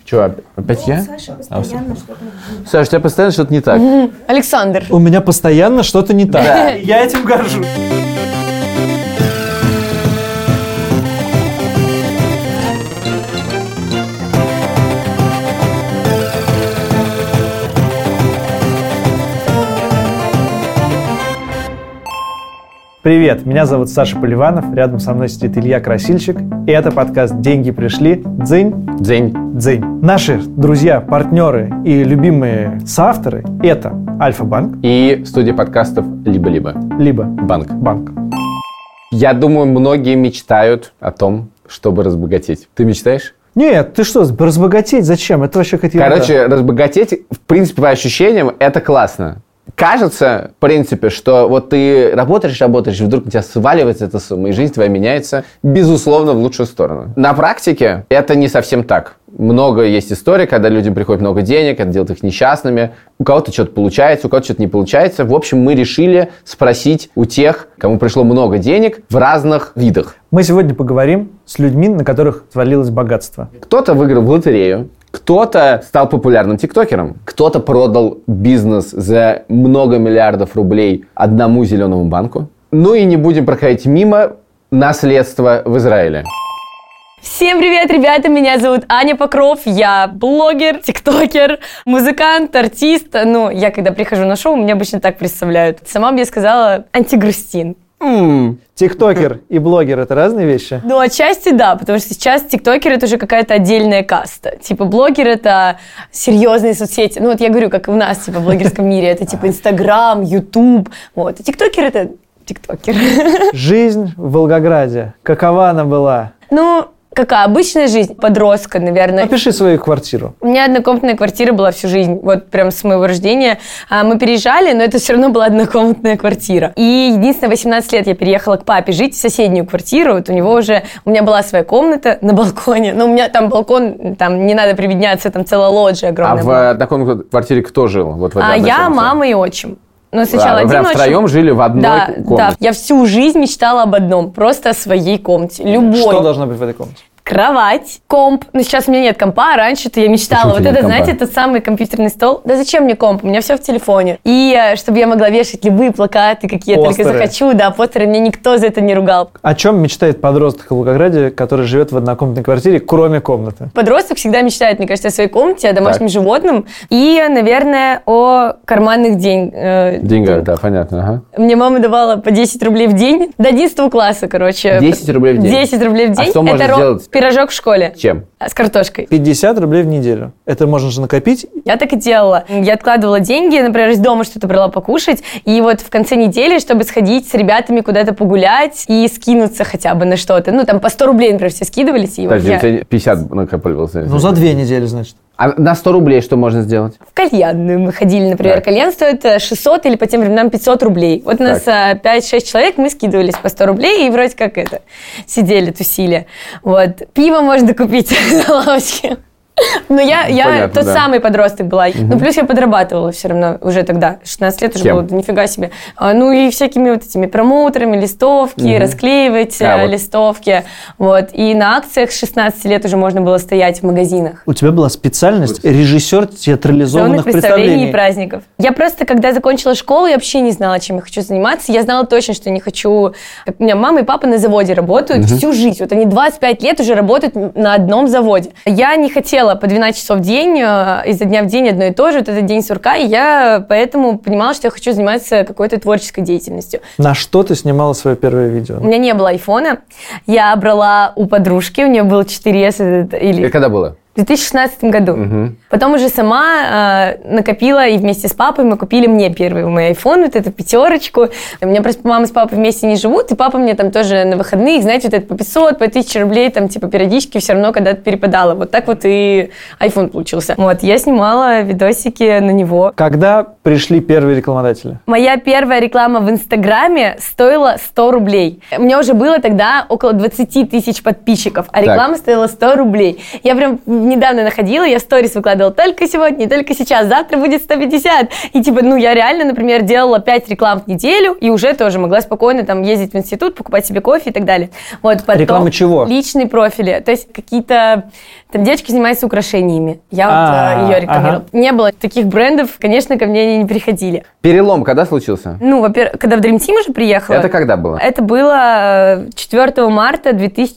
Че, опять я? Саша постоянно что-то... Саша, у тебя постоянно что-то не так. Александр. У меня постоянно что-то не так. Да. Я этим горжусь. Привет, меня зовут Саша Поливанов, рядом со мной сидит Илья Красильщик, и это подкаст «Деньги пришли». Дзынь. Дзынь. Дзынь. Наши друзья, партнеры и любимые соавторы – это Альфа-банк, И студия подкастов «Либо-либо». либо Банк. банк. Я думаю, многие мечтают о том, чтобы разбогатеть. Ты мечтаешь? Нет, ты что, разбогатеть зачем? Это вообще какая-то ерунда. Короче, разбогатеть, в принципе, по ощущениям, это классно. Кажется, в принципе, что вот ты работаешь, и вдруг у тебя сваливается эта сумма, и жизнь твоя меняется, безусловно, в лучшую сторону. На практике это не совсем так. Много есть историй, когда людям приходит много денег, это делает их несчастными. У кого-то что-то получается, у кого-то что-то не получается. В общем, мы решили спросить у тех, кому пришло много денег в разных видах. Мы сегодня поговорим с людьми, на которых свалилось богатство. Кто-то выиграл в лотерею, кто-то стал популярным тиктокером, кто-то продал бизнес за много миллиардов рублей одному зеленому банку. Ну и не будем проходить мимо наследства в Израиле. Всем привет, ребята, меня зовут Аня Покров, я блогер, тиктокер, музыкант, артист. Ну, я когда прихожу на шоу, меня обычно так представляют. Сама бы я сказала антигрустин. Тиктокер и блогер – это разные вещи? Ну, отчасти да, потому что сейчас тиктокер – это уже какая-то отдельная каста. Типа блогер – это серьезные соцсети. Ну, вот я говорю, как и у нас, типа, в блогерском мире. Это типа Инстаграм, Ютуб. Вот. А тиктокер – это тиктокер. Жизнь в Волгограде. Какова она была? Ну, какая обычная жизнь подростка, наверное. Опиши свою квартиру. У меня однокомнатная квартира была всю жизнь, вот прям с моего рождения. Мы переезжали, но это все равно была однокомнатная квартира. И единственное, 18 лет я переехала к папе жить в соседнюю квартиру. Вот у меня была своя комната на балконе. Но у меня там балкон, там не надо прибедняться, там целая лоджия огромная была. А в однокомнатной квартире кто жил? Вот в этой Я, комнате? мама и отчим. Но сначала Вы один прям отчим. втроем жили в одной Да, комнате? я всю жизнь мечтала об одном, просто о своей комнате, любой. Что должно быть в этой комнате? Кровать, комп. Но сейчас у меня нет компа, а раньше-то я мечтала. Почему у Вот тебя это, нет знаете, компа? тот самый компьютерный стол. Да зачем мне комп? У меня все в телефоне. И чтобы я могла вешать любые плакаты, какие я только Постеры. захочу. Да, постеры. Меня никто за это не ругал. О чем мечтает подросток в Волгограде, который живет в однокомнатной квартире, кроме комнаты? Подросток всегда мечтает, мне кажется, о своей комнате, о домашнем Так. животном. И, наверное, о карманных деньгах. Деньгах, да, понятно. Ага. Мне мама давала по 10 рублей в день. До 11 класса, короче. 10 рублей в день? 10 рублей в день. А что можно это сделать? пирожок в школе. Чем? С картошкой. 50 рублей в неделю. Это можно же накопить. Я так и делала. Я откладывала деньги, например, из дома что-то брала покушать, и вот в конце недели, чтобы сходить с ребятами куда-то погулять и скинуться хотя бы на что-то. Ну, там по 100 рублей, например, все скидывались. И вот Подожди, я у тебя 50 накопливалось. Ну, за 2 недели, значит. А на 100 рублей что можно сделать? в кальянную мы ходили, например. Так. Кальян стоит 600 или по тем временам 500 рублей. Вот у нас 5-6 человек, мы скидывались по 100 рублей и вроде как сидели, тусили. Вот. Пиво можно купить на лавочке. Но я Понятно, тот да. самый подросток была. Ну, плюс я подрабатывала все равно уже тогда. 16 лет уже Кем? было, да нифига себе. Ну, и всякими вот этими промоутерами, листовки, расклеивать Вот. листовки. Вот. И на акциях с 16 лет уже можно было стоять в магазинах. У тебя была специальность режиссер театрализованных представлений. И праздников. Я просто, когда закончила школу, я вообще не знала, чем я хочу заниматься. Я знала точно, что не хочу... У меня мама и папа на заводе работают всю жизнь. Вот они 25 лет уже работают на одном заводе. Я не хотела по 12 часов в день, изо дня в день одно и то же, вот этот день сурка, и я поэтому понимала, что я хочу заниматься какой-то творческой деятельностью. На что ты снимала свое первое видео? У меня не было айфона, я брала у подружки, у нее был 4S или... Это когда было? В 2016 году. Потом уже сама накопила, и вместе с папой мы купили мне первый мой iPhone, вот эту 5. У меня просто мама с папой вместе не живут, и папа мне там тоже на выходных, знаете, вот это по 500, по 1000 рублей, там типа периодически все равно когда-то перепадало. Вот так вот и iPhone получился. Вот, я снимала видосики на него. Когда пришли первые рекламодатели? Моя первая реклама в Инстаграме стоила 100 рублей. У меня уже было тогда около 20 тысяч подписчиков, а реклама стоила 100 рублей. Я прям недавно находила, я сторис выкладывала только сегодня, только сейчас, завтра будет 150. И типа, я реально, например, делала 5 реклам в неделю и уже тоже могла спокойно там ездить в институт, покупать себе кофе и так далее. Вот, потом Рекламы чего? Личные профили. То есть какие-то... Там девочки занимаются украшениями. Я вот ее рекламировала. Не было таких брендов, конечно, ко мне они не приходили. Перелом когда случился? Во-первых, когда в Dream Team уже приехала. Это когда было? Это было 4 марта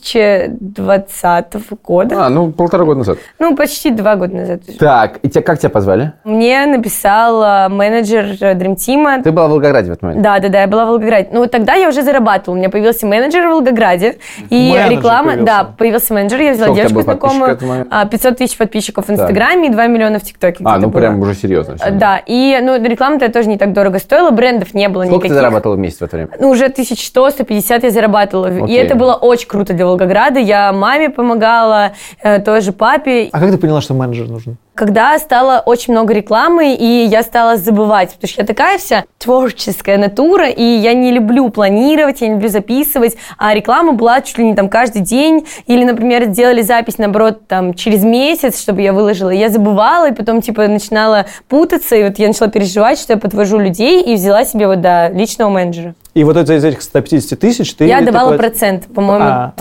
2020 года. 1,5 года назад. Почти 2 года назад. Так, и как тебя позвали? Мне написал менеджер Dream Team. Ты была в Волгограде в этот момент? Да, я была в Волгограде. Тогда я уже зарабатывала. У меня появился менеджер в Волгограде. И менеджер реклама... появился. Да, появился менеджер. Я взяла девочку знакомую. 500 тысяч подписчиков в Инстаграме и 2 миллиона в ТикТоке. Прям уже серьезно. Да, и реклама-то тоже не так дорого стоила, брендов не было никаких. Сколько ты зарабатывала в месяц в это время? Уже 1100-150 я зарабатывала. Окей. И это было очень круто для Волгограда. Я маме помогала, тоже папе. А как ты поняла, что менеджер нужен? Когда стало очень много рекламы, и я стала забывать, потому что я такая вся творческая натура, и я не люблю планировать, я не люблю записывать, а реклама была чуть ли не там каждый день, или, например, делали запись, наоборот, там через месяц, чтобы я выложила, я забывала, и потом, начинала путаться, и вот я начала переживать, что я подвожу людей, и взяла себе личного менеджера. И вот из этих 150 тысяч ты... Я давала процент, по-моему,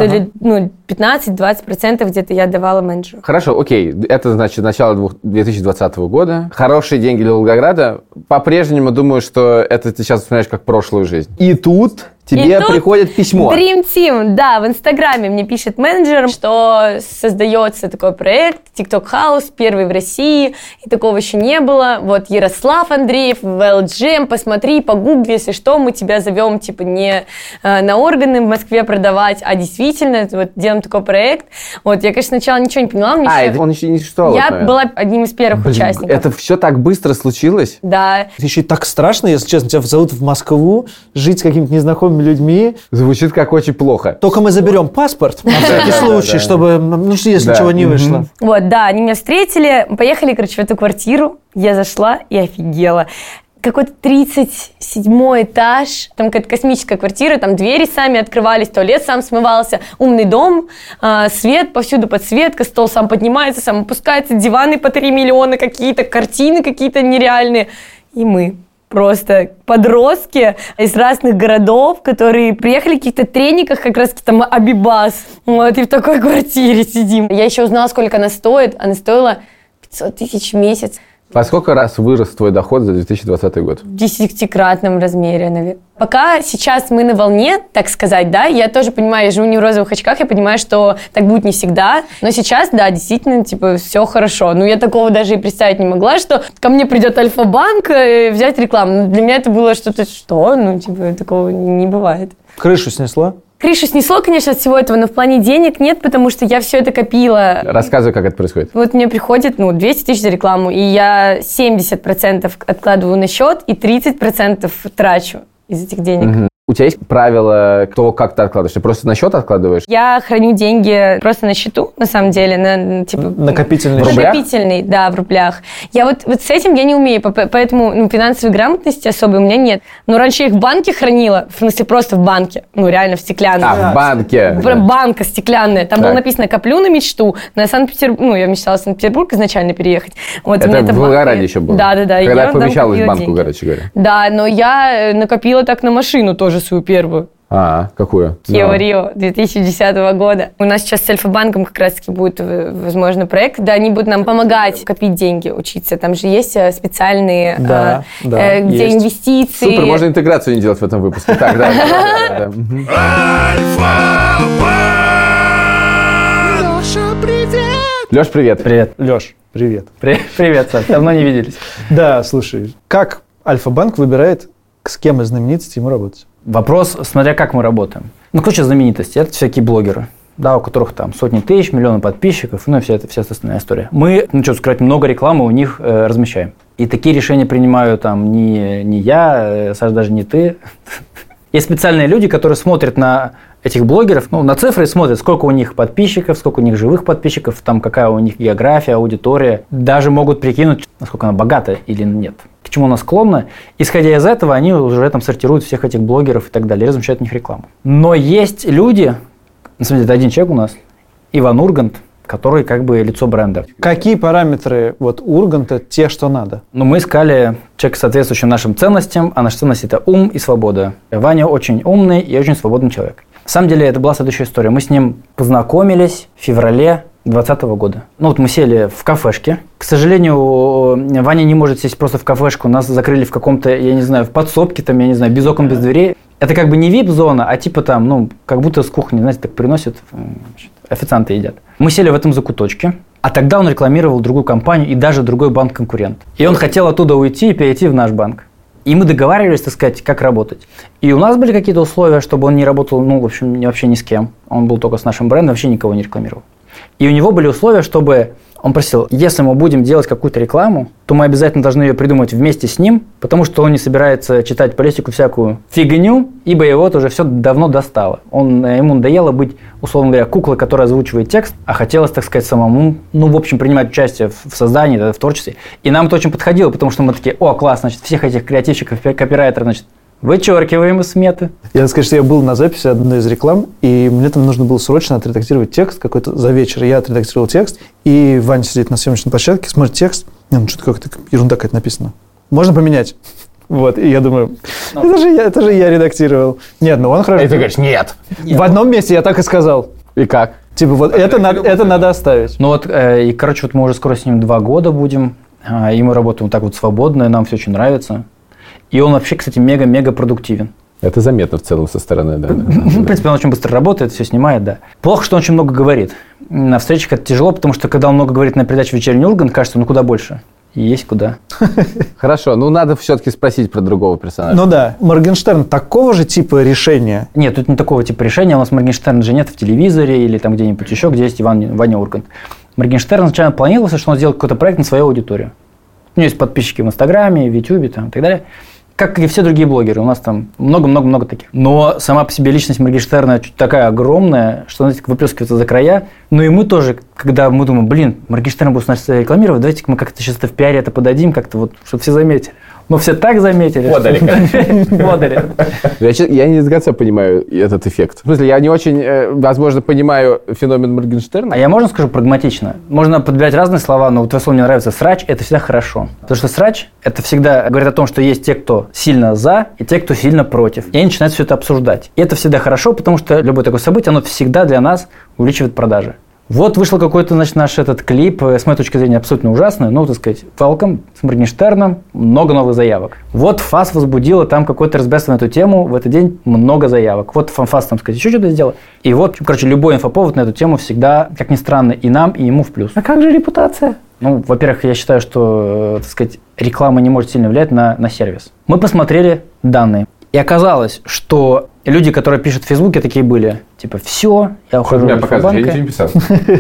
15-20% где-то я давала менеджеру. Хорошо, окей. Это, значит, начало 2020 года. Хорошие деньги для Волгограда. По-прежнему думаю, что это ты сейчас вспоминаешь как прошлую жизнь. И тут тебе приходит письмо. Dream Team, да, в Инстаграме мне пишет менеджер, что создается такой проект TikTok House, первый в России, и такого еще не было. Вот Ярослав Андреев, LGM, посмотри, погугли, если что, мы тебя зовем, не на органы в Москве продавать, а действительно, вот делаем такой проект. Вот, я, конечно, сначала ничего не поняла. Он еще не существовал. Я была одним из первых участников. Это все так быстро случилось? Да. Это еще и так страшно, если честно, тебя зовут в Москву, жить с какими-то незнакомыми людьми. Звучит как очень плохо. Только мы заберем паспорт, на всякий случай, чтобы, если чего не вышло. Вот, да, они меня встретили, поехали, в эту квартиру, я зашла и офигела. Какой-то 37-й этаж, там какая-то космическая квартира, там двери сами открывались, туалет сам смывался, умный дом, свет, повсюду подсветка, стол сам поднимается, сам опускается, диваны по 3 миллиона какие-то, картины какие-то нереальные. И мы просто подростки из разных городов, которые приехали в каких-то трениках, как раз там Абибас, вот, и в такой квартире сидим. Я еще узнала, сколько она стоит, она стоила 500 тысяч в месяц. Во сколько раз вырос твой доход за 2020 год? В 10-кратном размере, наверное. Пока сейчас мы на волне, так сказать, да, я тоже понимаю, я живу не в розовых очках, я понимаю, что так будет не всегда, но сейчас, да, действительно, все хорошо. Я такого даже и представить не могла, что ко мне придет Альфа-банк взять рекламу. Для меня это было что-то, такого не бывает. Крышу снесло? Крышу снесло, конечно, от всего этого, но в плане денег нет, потому что я все это копила. Рассказывай, как это происходит. Вот мне приходит 200 тысяч за рекламу, и я 70% откладываю на счет и 30% трачу из этих денег. Угу. У тебя есть правило, кто как ты откладываешь? Ты просто на счет откладываешь? Я храню деньги просто на счету, на самом деле. Накопительный счет? Накопительный, да, в рублях. Я вот с этим я не умею, поэтому финансовой грамотности особой у меня нет. Но раньше я их в банке хранила, в смысле просто в банке, реально в стеклянной. В банке? Банка стеклянная. Там было написано «Коплю на мечту». На Санкт-Петербург, я мечтала в Санкт-Петербург изначально переехать. Вот, это в Волгограде еще было? Да. Когда помещалась в банку, короче говоря. Да, но я накопила так на машину тоже свою первую. Какую? Kia Rio 2010 года. У нас сейчас с Альфа-банком как раз-таки будет, возможно, проект. Да, они будут нам помогать копить деньги, учиться. Там же есть специальные, где есть инвестиции. Супер, можно интеграцию не делать в этом выпуске. Так, да. Леша, привет! Леш, привет. Привет. Леш, привет. Привет, Саш, давно не виделись. Да, слушай, как Альфа-банк выбирает, с кем из знаменитостей ему работать? Вопрос, смотря как мы работаем. Кто сейчас знаменитости? Это всякие блогеры, да, у которых там сотни тысяч, миллионы подписчиков, и вся эта остальная история. Мы, много рекламы у них размещаем. И такие решения принимаю не я, Саш, даже не ты. Есть специальные люди, которые смотрят на этих блогеров, на цифры смотрят, сколько у них подписчиков, сколько у них живых подписчиков, какая у них география, аудитория. Даже могут прикинуть, насколько она богата или нет. К чему она склонна. Исходя из этого, они уже сортируют всех этих блогеров и так далее, и размещают на них рекламу. Но есть люди, на самом деле, это один человек у нас, Иван Ургант, который как бы лицо бренда. Какие параметры вот Урганта те, что надо? Но мы искали человека, соответствующего нашим ценностям, а наши ценности – это ум и свобода. Ваня очень умный и очень свободный человек. На самом деле, это была следующая история. Мы с ним познакомились в феврале 2020 года. Ну вот мы сели в кафешке. К сожалению, Ваня не может сесть просто в кафешку. Нас закрыли в каком-то, я не знаю, в подсобке, там, я не знаю, без окон, без дверей. Это как бы не VIP-зона, а типа там, ну, как будто с кухни, знаете, так приносят, официанты едят. Мы сели в этом закуточке, а тогда он рекламировал другую компанию и даже другой банк-конкурент. И он хотел оттуда уйти и перейти в наш банк. И мы договаривались, так сказать, как работать. И у нас были какие-то условия, чтобы он не работал, ну, в общем, вообще ни с кем. Он был только с нашим брендом, вообще никого не рекламировал. И у него были условия, чтобы... Он просил, если мы будем делать какую-то рекламу, то мы обязательно должны ее придумать вместе с ним, потому что он не собирается читать по лестику всякую фигню, ибо его это уже все давно достало. Ему надоело быть, условно говоря, куклой, которая озвучивает текст, а хотелось, так сказать, самому, ну, в общем, принимать участие в создании, в творчестве. И нам это очень подходило, потому что мы такие, о, класс, значит, всех этих креативщиков, копирайтеров, значит, вычеркиваем из сметы. Я надо сказать, что я был на записи одной из реклам, и мне там нужно было срочно отредактировать текст какой-то за вечер. Я отредактировал текст, и Ваня сидит на съемочной площадке, смотрит текст. Ну, что-то как-то ерунда какая-то написана. Можно поменять? Вот, и я думаю, это же я редактировал. Нет, ну он хорошо. И ты говоришь, нет. В одном месте я так и сказал. И как? Типа, вот это надо оставить. Ну вот, и, короче, вот мы уже скоро с ним 2 года будем, и мы работаем вот так вот свободно, и нам все очень нравится. И он вообще, кстати, мега-мега продуктивен. Это заметно в целом со стороны, да. В принципе, он очень быстро работает, все снимает, да. Плохо, что он очень много говорит. На встречах это тяжело, потому что когда он много говорит на передаче «Вечерний Ургант», кажется, ну куда больше. И есть куда. Хорошо, ну надо все-таки спросить про другого персонажа. Ну да, Моргенштерн такого же типа решения? Нет, тут не такого типа решения. У нас Моргенштерна же нет в телевизоре или там где-нибудь еще, где есть Ваня Ургант. Моргенштерн сначала планировался, что он сделает какой-то проект на свою аудиторию. У него есть подписчики в Инстаграме, в Ютубе там, и так далее. Как и все другие блогеры, у нас там много-много-много таких. Но сама по себе личность Моргенштерна такая огромная, что, знаете, выплескивается за края. Ну и мы тоже, когда мы думаем, блин, Моргенштерн будет нас рекламировать, давайте мы как-то сейчас в пиаре это подадим, как-то вот, чтобы все заметили. Но все так заметили. Подали. Я не до конца понимаю этот эффект. В смысле, я не очень, возможно, понимаю феномен Моргенштерна. А я можно скажу прагматично? Можно подбирать разные слова, но вот твое слово мне нравится. Срач – это всегда хорошо. Потому что срач – это всегда говорит о том, что есть те, кто сильно за, и те, кто сильно против. И они начинают все это обсуждать. И это всегда хорошо, потому что любое такое событие, оно всегда для нас увеличивает продажи. Вот вышел какой-то, значит, наш этот клип, с моей точки зрения, абсолютно ужасный, ну, так сказать, Welcome с Моргенштерном, много новых заявок. Вот ФАС возбудила там какой-то разбес на эту тему, в этот день много заявок. Вот ФАС, там, сказать, еще что-то сделал. И вот, короче, любой инфоповод на эту тему всегда, как ни странно, и нам, и ему в плюс. А как же репутация? Ну, во-первых, я считаю, что, так сказать, реклама не может сильно влиять на сервис. Мы посмотрели данные. И оказалось, что люди, которые пишут в Фейсбуке, такие были, типа, все, я ухожу из Альфа-банка. Я ничего не писал.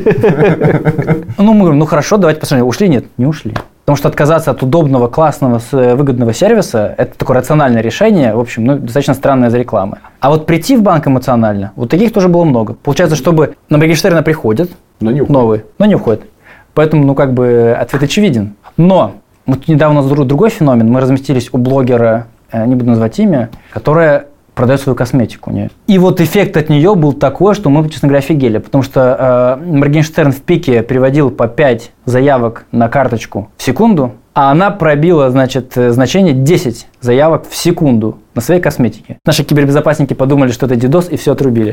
Ну, мы говорим, ну хорошо, давайте посмотрим. Ушли? Нет, не ушли. Потому что отказаться от удобного, классного, выгодного сервиса – это такое рациональное решение, в общем, ну, достаточно странное за рекламы. А вот прийти в банк эмоционально, вот таких тоже было много. Получается, чтобы на Моргенштерна приходят новые, но не уходят. Поэтому, ну, как бы, ответ очевиден. Но вот недавно у нас другой феномен. Мы разместились у блогера, не буду называть имя, которая продает свою косметику. Нет. И вот эффект от нее был такой, что мы, честно говоря, офигели. Потому что Моргенштерн в пике переводил по 5 заявок на карточку в секунду, а она пробила, значит, значение 10 заявок в секунду на своей косметике. Наши кибербезопасники подумали, что это DDoS, и все отрубили.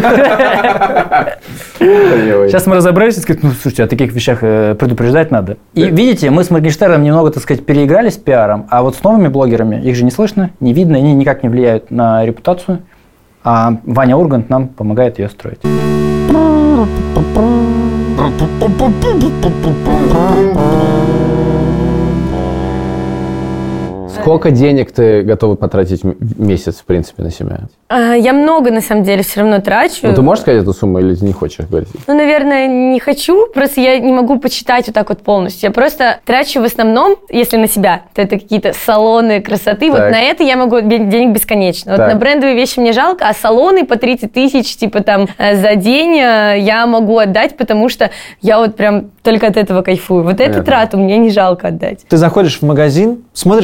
Сейчас мы разобрались и сказали, ну, слушайте, о таких вещах предупреждать надо. И видите, мы с Моргенштерном немного, так сказать, переиграли с пиаром, а вот с новыми блогерами, их же не слышно, не видно, они никак не влияют на репутацию, а Ваня Ургант нам помогает ее строить. Сколько денег ты готова потратить в месяц, в принципе, на себя? Я много, на самом деле, все равно трачу. Ну, ты можешь сказать эту сумму или ты не хочешь говорить? Ну, наверное, не хочу, просто я не могу почитать вот так вот полностью. Я просто трачу в основном, если на себя, то это какие-то салоны красоты. Так. Вот на это я могу денег бесконечно. Так. Вот на брендовые вещи мне жалко, а салоны по 30 тысяч, типа там, за день я могу отдать, потому что я вот прям только от этого кайфую. Вот эту трату мне не жалко отдать. Ты заходишь в магазин, смотришь на ценник,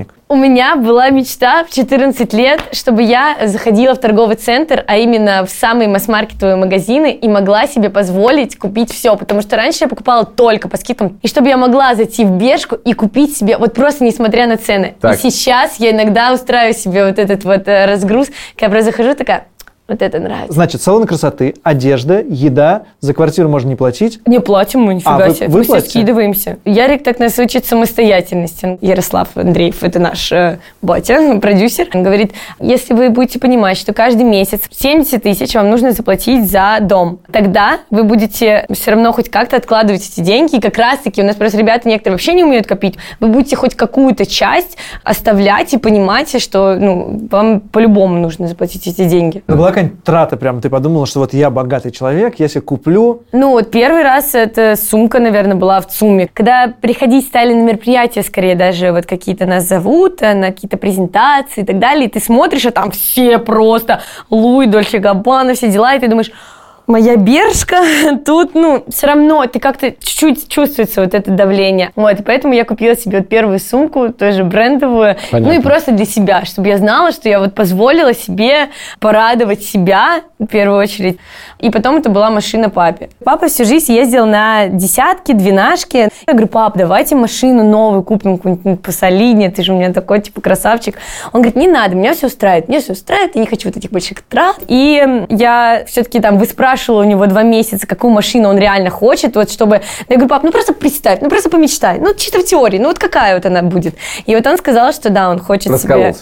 денег? У меня была мечта в 14 лет, чтобы я заходила в торговый центр, а именно в самые масс-маркетовые магазины, и могла себе позволить купить все, потому что раньше я покупала только по скидкам, и чтобы я могла зайти в Бершку и купить себе, вот просто несмотря на цены. Так. И сейчас я иногда устраиваю себе вот этот вот разгруз, когда я просто захожу, такая... Вот это нравится. Значит, салоны красоты, одежда, еда, за квартиру можно не платить. Не платим мы, нифига себе. Вы Мы все платите? скидываемся. Ярик так нас учит самостоятельности. Ярослав Андреев, это наш батя, продюсер. Он говорит, если вы будете понимать, что каждый месяц 70 тысяч вам нужно заплатить за дом, тогда вы будете все равно хоть как-то откладывать эти деньги. И как раз-таки у нас просто ребята некоторые вообще не умеют копить. Вы будете хоть какую-то часть оставлять и понимаете, что вам по-любому нужно заплатить эти деньги. Была какая-нибудь трата прям, ты подумала, что вот я богатый человек, я себе куплю. Вот первый раз эта сумка, наверное, была в ЦУМе. Когда приходить стали на мероприятия, скорее даже вот какие-то нас зовут, на какие-то презентации и так далее, и ты смотришь, а там все просто Луи, Дольче Габбана, все дела, и ты думаешь... Моя Бершка, тут, все равно ты как-то чуть-чуть чувствуется вот это давление. Вот, и поэтому я купила себе вот первую сумку, тоже брендовую. Понятно. И просто для себя, чтобы я знала, что я вот позволила себе порадовать себя, в первую очередь. И потом это была машина папе. Папа всю жизнь ездил на десятки, двенашки. Я говорю, пап, давайте машину новую купим, какую-нибудь посолиднее, ты же у меня такой, типа, красавчик. Он говорит, не надо, меня все устраивает, я не хочу вот этих больших трат. И я все-таки там выспрашивала у него 2 месяца, какую машину он реально хочет, вот чтобы... Я говорю, пап, просто представь, просто помечтай, чисто в теории, вот какая вот она будет. И вот он сказал, что да, он хочет себе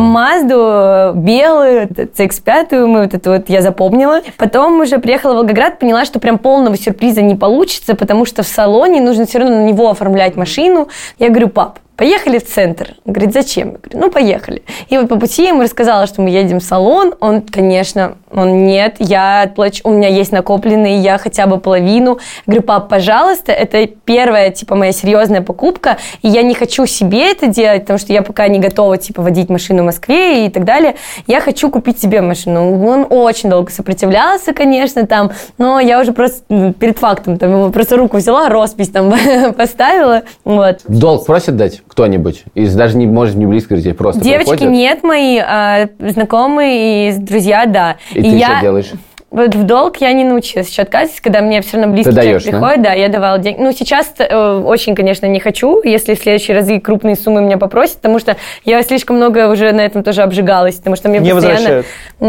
Мазду белую, CX-5, мы вот это вот я запомнила. Потом уже приехала в Волгоград, поняла, что прям полного сюрприза не получится, потому что в салоне нужно все равно на него оформлять машину. Я говорю, пап, поехали в центр. Он говорит, зачем? Я говорю, поехали. И вот по пути я ему рассказала, что мы едем в салон. Он, конечно, нет, я отплачу, у меня есть накопленные, я хотя бы половину. Я говорю, пап, пожалуйста, это первая, моя серьезная покупка, и я не хочу себе это делать, потому что я пока не готова, водить машину в Москве и так далее. Я хочу купить себе машину. Он очень долго сопротивлялся, конечно, там, но я уже просто перед фактом, его просто руку взяла, роспись там поставила, вот. Долг просит дать кто-нибудь? Из даже не, может, не близко друзей, просто девочки приходят? Нет, мои знакомые и друзья, да. И ты что делаешь? Вот в долг я не научилась еще отказывать, когда мне все равно близкий человек приходит, да, я давала деньги. Сейчас очень, конечно, не хочу, если в следующие разы крупные суммы меня попросят, потому что я слишком много уже на этом тоже обжигалась, потому что мне не постоянно...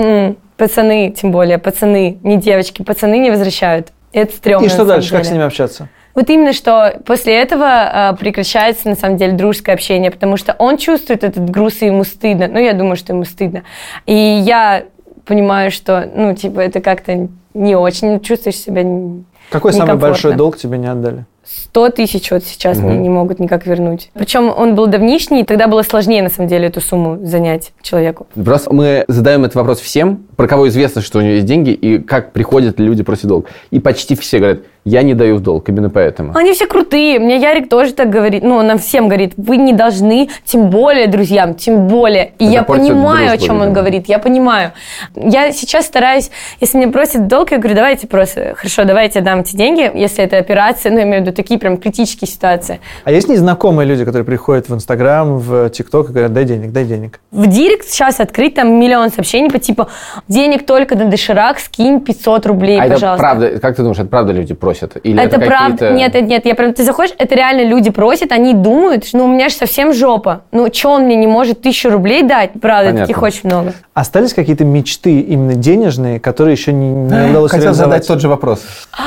Пацаны, тем более, не девочки, пацаны не возвращают. Это стрёмно. И что дальше? Как с ними общаться? Вот именно, что после этого прекращается, на самом деле, дружеское общение, потому что он чувствует этот груз, и ему стыдно. Я думаю, что ему стыдно. И я понимаю, что, это как-то не очень, чувствуешь себя Какой самый большой долг тебе не отдали? 100 тысяч вот сейчас мне не могут никак вернуть. Причем он был давнишний, и тогда было сложнее, на самом деле, эту сумму занять человеку. Просто мы задаем этот вопрос всем, про кого известно, что у него есть деньги, и как приходят люди просят долг. И почти все говорят, я не даю в долг, именно поэтому. Они все крутые. Мне Ярик тоже так говорит. Нам всем говорит, вы не должны, тем более друзьям, тем более. И я понимаю, о чем он говорит. Я понимаю. Я сейчас стараюсь, если мне просят долг, я говорю, давайте просто, хорошо, давайте я дам эти деньги, если это операция, я имею в виду такие прям критические ситуации. А есть незнакомые люди, которые приходят в Инстаграм, в ТикТок и говорят, дай денег? В Директ сейчас открыть там миллион сообщений по типу, денег только на доширак, скинь 500 рублей, пожалуйста. Это правда, как ты думаешь, это правда люди просят? Или это правда. Нет, ты заходишь, это реально люди просят, они думают, что у меня же совсем жопа. Что он мне не может 1000 рублей дать? Правда, понятно. Таких очень много. Остались какие-то мечты именно денежные, которые еще не удалось Хотел реализовать? задать тот же вопрос.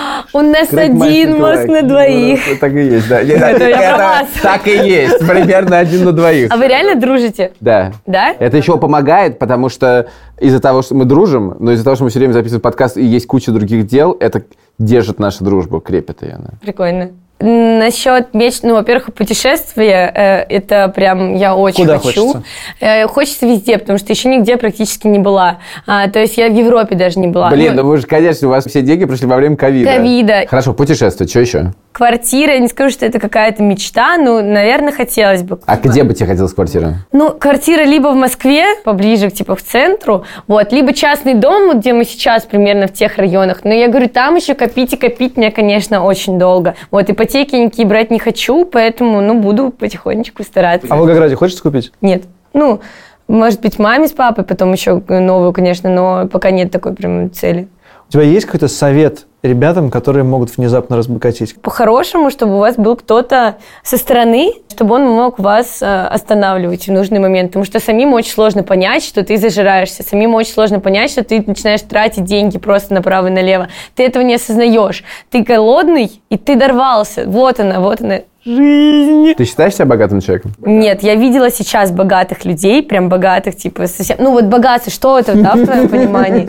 У нас один мозг на двоих. Так и есть, да. Это я про вас. Так и есть, примерно 1 на 2. А вы реально дружите? Да. Да? Это еще помогает, потому что из-за того, что мы дружим, но из-за того, что мы все время записываем подкаст и есть куча других дел, это держит нашу дружбу, крепит ее. Да. Прикольно. Насчет мечт, во-первых, путешествия, это прям я очень Куда хочу. Хочется? Хочется везде, потому что еще нигде практически не была. То есть я в Европе даже не была. Блин, вы же, конечно, у вас все деньги пришли во время ковида. Хорошо, путешествие, что еще? Квартира, я не скажу, что это какая-то мечта, наверное, хотелось бы. А где бы тебе хотелось квартира? Квартира либо в Москве, поближе к центру, либо частный дом, где мы сейчас примерно в тех районах. Но я говорю, там еще копить и копить мне, конечно, очень долго. Ипотека ипотеки никакие брать не хочу, поэтому, буду потихонечку стараться. А в Волгограде хочется купить? Нет. Может быть, маме с папой, потом еще новую, конечно, но пока нет такой прям цели. У тебя есть какой-то совет ребятам, которые могут внезапно разбогатеть? По-хорошему, чтобы у вас был кто-то со стороны, чтобы он мог вас останавливать в нужный момент. Потому что самим очень сложно понять, что ты зажираешься. Самим очень сложно понять, что ты начинаешь тратить деньги просто направо и налево. Ты этого не осознаешь. Ты голодный, и ты дорвался. Вот она. Жизнь. Ты считаешь себя богатым человеком? Нет, я видела сейчас богатых людей, прям богатых, типа совсем... богатство, что это, да, в твоем понимании?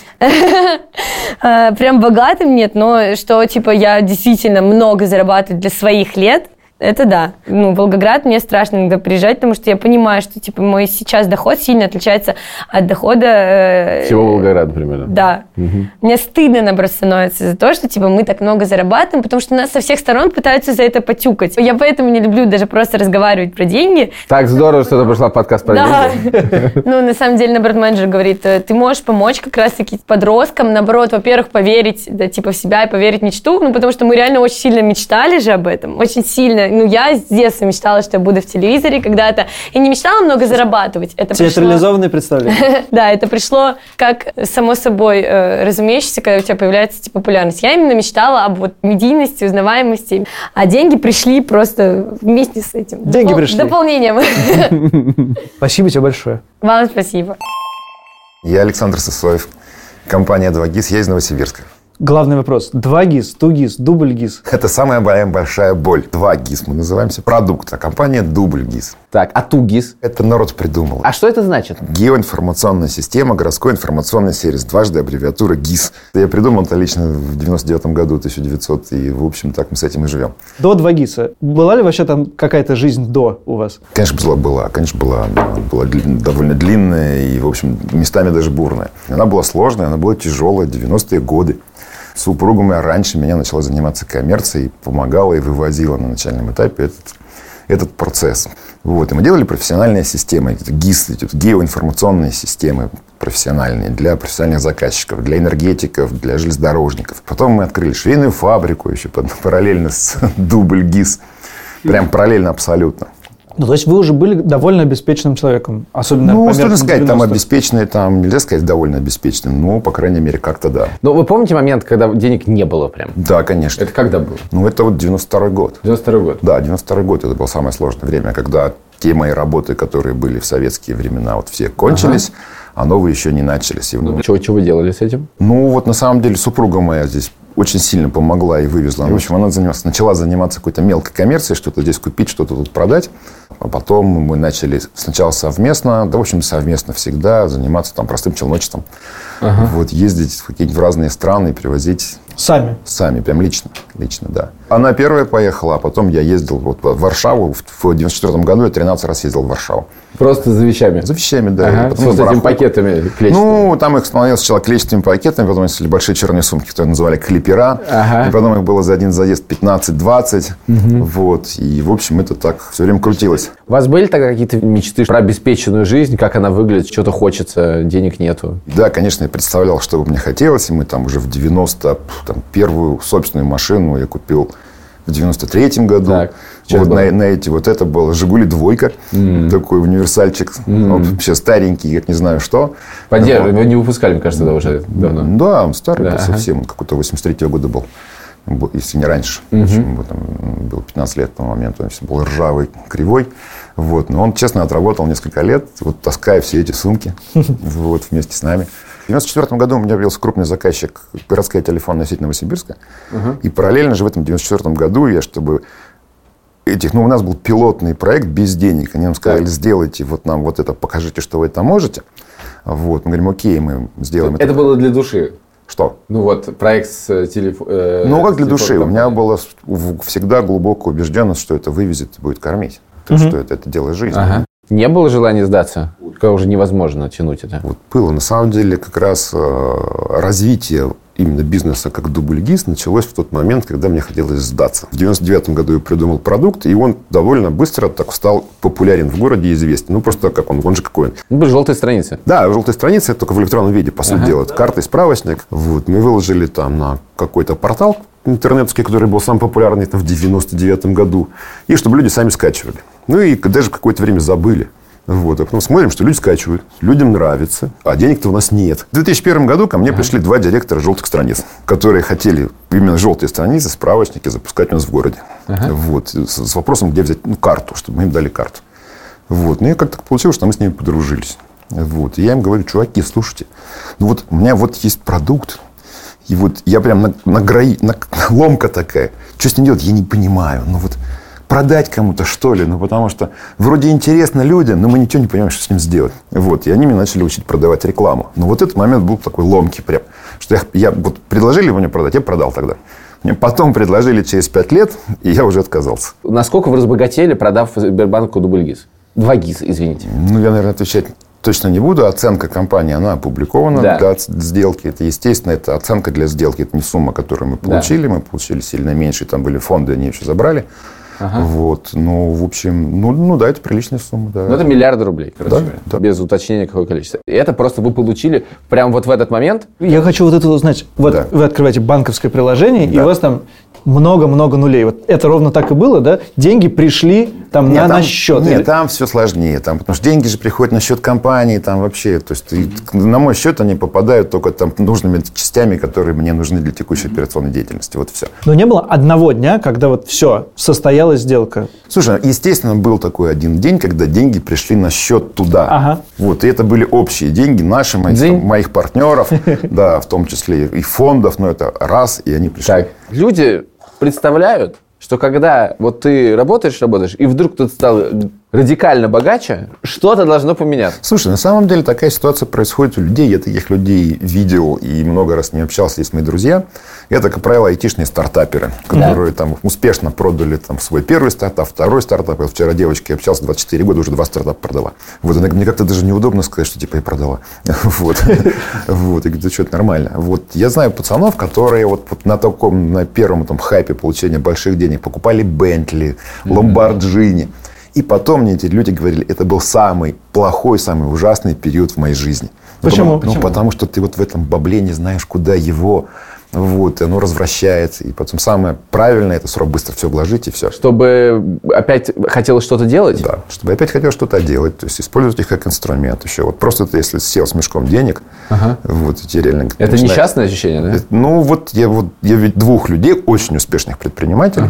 Прям богатым нет, но что, типа, я действительно много зарабатываю для своих лет, это да. В Волгоград мне страшно иногда приезжать, потому что я понимаю, что, типа, мой сейчас доход сильно отличается от дохода... Всего Волгограда, примерно. Да. Мне стыдно, наоборот, становится за то, что, типа, мы так много зарабатываем, потому что нас со всех сторон пытаются за это потюкать. Я поэтому не люблю даже просто разговаривать про деньги. Так здорово, что ты пришла в подкаст про деньги. На самом деле, наоборот, менеджер говорит, ты можешь помочь как раз-таки подросткам, наоборот, во-первых, поверить, да, типа, в себя и поверить в мечту, потому что мы реально очень сильно мечтали же об этом, очень сильно. Я с детства мечтала, что я буду в телевизоре когда-то, и не мечтала много зарабатывать. Театрализованное представление. Да, это пришло как само собой разумеющееся, когда у тебя появляется популярность. Я именно мечтала об медийности, узнаваемости, а деньги пришли просто вместе с этим. Деньги пришли. Дополнением. Спасибо тебе большое. Вам спасибо. Я Александр Сысоев, компания «2GIS», я из Новосибирска. Главный вопрос. 2GIS, 2GIS, дубль GIS. Это самая большая боль. 2GIS мы называемся продукт, а компания дубль GIS. Так, а ТУГИС? Это народ придумал. А что это значит? Геоинформационная система городской информационный сервис. Дважды аббревиатура ГИС. Я придумал это лично в 99 году, 1900, и, в общем, так мы с этим и живем. До 2GIS. Была ли вообще там какая-то жизнь до у вас? Конечно, была. Конечно, была довольно длинная и, в общем, местами даже бурная. Она была сложная, она была тяжелая, 90-е годы. Супруга моя раньше меня начала заниматься коммерцией, помогала и вывозила на начальном этапе этот процесс. И мы делали профессиональные системы, ГИС, геоинформационные системы профессиональные для профессиональных заказчиков, для энергетиков, для железнодорожников. Потом мы открыли швейную фабрику еще параллельно с дубль ГИС. Прям параллельно абсолютно. То есть вы уже были довольно обеспеченным человеком, особенно по меркам сложно сказать, 90-х. там обеспеченный, нельзя сказать довольно обеспеченным, но, по крайней мере, как-то да. Но вы помните момент, когда денег не было прям? Да, конечно. Это когда было? Это 92-й год. 92-й год? Да, 92-й год. Это было самое сложное время, когда те мои работы, которые были в советские времена, все кончились, а новые еще не начались. Что вы делали с этим? На самом деле, супруга моя здесь очень сильно помогла и вывезла. В общем, она начала заниматься какой-то мелкой коммерцией, что-то здесь купить, что-то тут продать. А потом мы начали сначала совместно, совместно всегда заниматься простым челночеством. Ездить в какие-нибудь разные страны и привозить... Сами? Сами, прям лично, да. Она первая поехала, а потом я ездил в Варшаву. В 94 году я 13 раз ездил в Варшаву. Просто за вещами? За вещами, да. Потом с этими пакетами клетчатыми? Там их становилось сначала клетчатыми пакетами, потом были большие черные сумки, которые называли клипера. И потом их было за один заезд 15-20. И, в общем, это так все время крутилось. У вас были тогда какие-то мечты про обеспеченную жизнь? Как она выглядит? Что-то хочется, денег нету? Да, конечно, я представлял, что бы мне хотелось. И мы уже в 90 первую собственную машину я купил в 93-м году. Так, это было «Жигули двойка». Такой универсальчик. Вообще старенький, я не знаю что. Вы не выпускали, мне кажется, уже давно. Да, он старый совсем. Он какой-то 83-го года был. Если не раньше. Было 15 лет к тому моменту. Он был ржавый, кривой. Но он, честно, отработал несколько лет, таская все эти сумки вместе с нами. В 1994 году у меня появился крупный заказчик, городская телефонная сеть Новосибирска. И параллельно же в этом 1994 году у нас был пилотный проект без денег. Они нам сказали, сделайте нам это, покажите, что вы это можете. Мы говорим, окей, мы сделаем это. Это было для души? Что? Проект с телефоном. Как для души. У меня была всегда глубокая убежденность, что это вывезет и будет кормить. Что это дело жизни. Не было желания сдаться? Когда уже невозможно тянуть это? Было. На самом деле, как раз развитие именно бизнеса как дубльгиз началось в тот момент, когда мне хотелось сдаться. В 99 году я придумал продукт, и он довольно быстро так стал популярен в городе и известен. Ну, просто как он же какой он. Были желтые страницы. Да, желтая страница, это только в электронном виде, по сути дела. Карта и справочник. Вот. Мы выложили там на какой-то портал интернетский, который был самый популярный там, в 99 году. И чтобы люди сами скачивали. Ну, и даже какое-то время забыли. Вот. А потом смотрим, что люди скачивают, людям нравится, а денег-то у нас нет. В 2001 году ко мне пришли 2 директора желтых страниц, которые хотели именно желтые страницы, справочники запускать у нас в городе. Вот. С вопросом, где взять карту, чтобы мы им дали карту. Вот. Ну, и как-то получилось, что мы с ними подружились. Вот. И я им говорю: чуваки, слушайте, ну вот у меня вот есть продукт, и вот я прям ломка такая. Что с ним делать, я не понимаю. Ну вот продать кому-то, что ли? Ну, потому что вроде интересно людям, но мы ничего не понимаем, что с ним сделать. Вот. И они меня начали учить продавать рекламу. Но вот этот момент был такой ломкий прям. Что я вот предложили мне продать, я продал тогда. Мне потом предложили через 5 лет, и я уже отказался. Насколько вы разбогатели, продав Сбербанку дубльгиз? 2 ГИЗ, извините. Ну, я, наверное, отвечать точно не буду. Оценка компании, она опубликована для сделки. Это, естественно, это оценка для сделки. Это не сумма, которую мы получили. Мы получили сильно меньше. Там были фонды, они еще забрали. Вот. Ну, в общем, ну да, это приличная сумма. Да. Ну, это миллиарды рублей, короче говоря. Да. Без уточнения, какое количество. И это просто вы получили прямо вот в этот момент? Я хочу вот это узнать. Вот вы открываете банковское приложение, и у вас там много-много нулей. Вот это ровно так и было, да? Деньги пришли там на счет. Нет, там все сложнее. Там, потому что деньги же приходят на счет компании. Там вообще, то есть на мой счет они попадают только там нужными частями, которые мне нужны для текущей операционной деятельности. Вот все. Но не было одного дня, когда вот все, состоялась сделка? Слушай, естественно, был такой один день, когда деньги пришли на счет туда. Вот, и это были общие деньги наши, моих партнеров, да, в том числе и фондов, но это раз, и они пришли. Так, люди представляют, что когда вот ты работаешь, и вдруг ты стал радикально богаче, что-то должно поменяться. Слушай, на самом деле такая ситуация происходит у людей. Я таких людей видел и много раз с ними общался, есть мои друзья. Это, как правило, айтишные стартаперы, которые там успешно продали там, свой первый стартап, второй стартап. Я вчера девочке общался, 24 года, уже 2 стартапа продала. Вот, она, мне как-то даже неудобно сказать, что типа я продала. Вот. Вот. Я говорю, что это нормально. Вот. Я знаю пацанов, которые вот на первом там хайпе получения больших денег покупали Бентли, Ламборджини. И потом мне эти люди говорили, это был самый плохой, самый ужасный период в моей жизни. Почему? Потому что ты вот в этом бабле не знаешь, куда его, вот, и оно развращается. И потом самое правильное, это срок быстро все вложить, и все. Чтобы опять хотелось что-то делать? Да, чтобы опять хотелось что-то делать. То есть использовать их как инструмент еще. Вот просто ты, если сел с мешком денег, вот, и тебе реально... Это несчастное ощущение, да? Ну, вот я ведь 2 людей, очень успешных предпринимателей.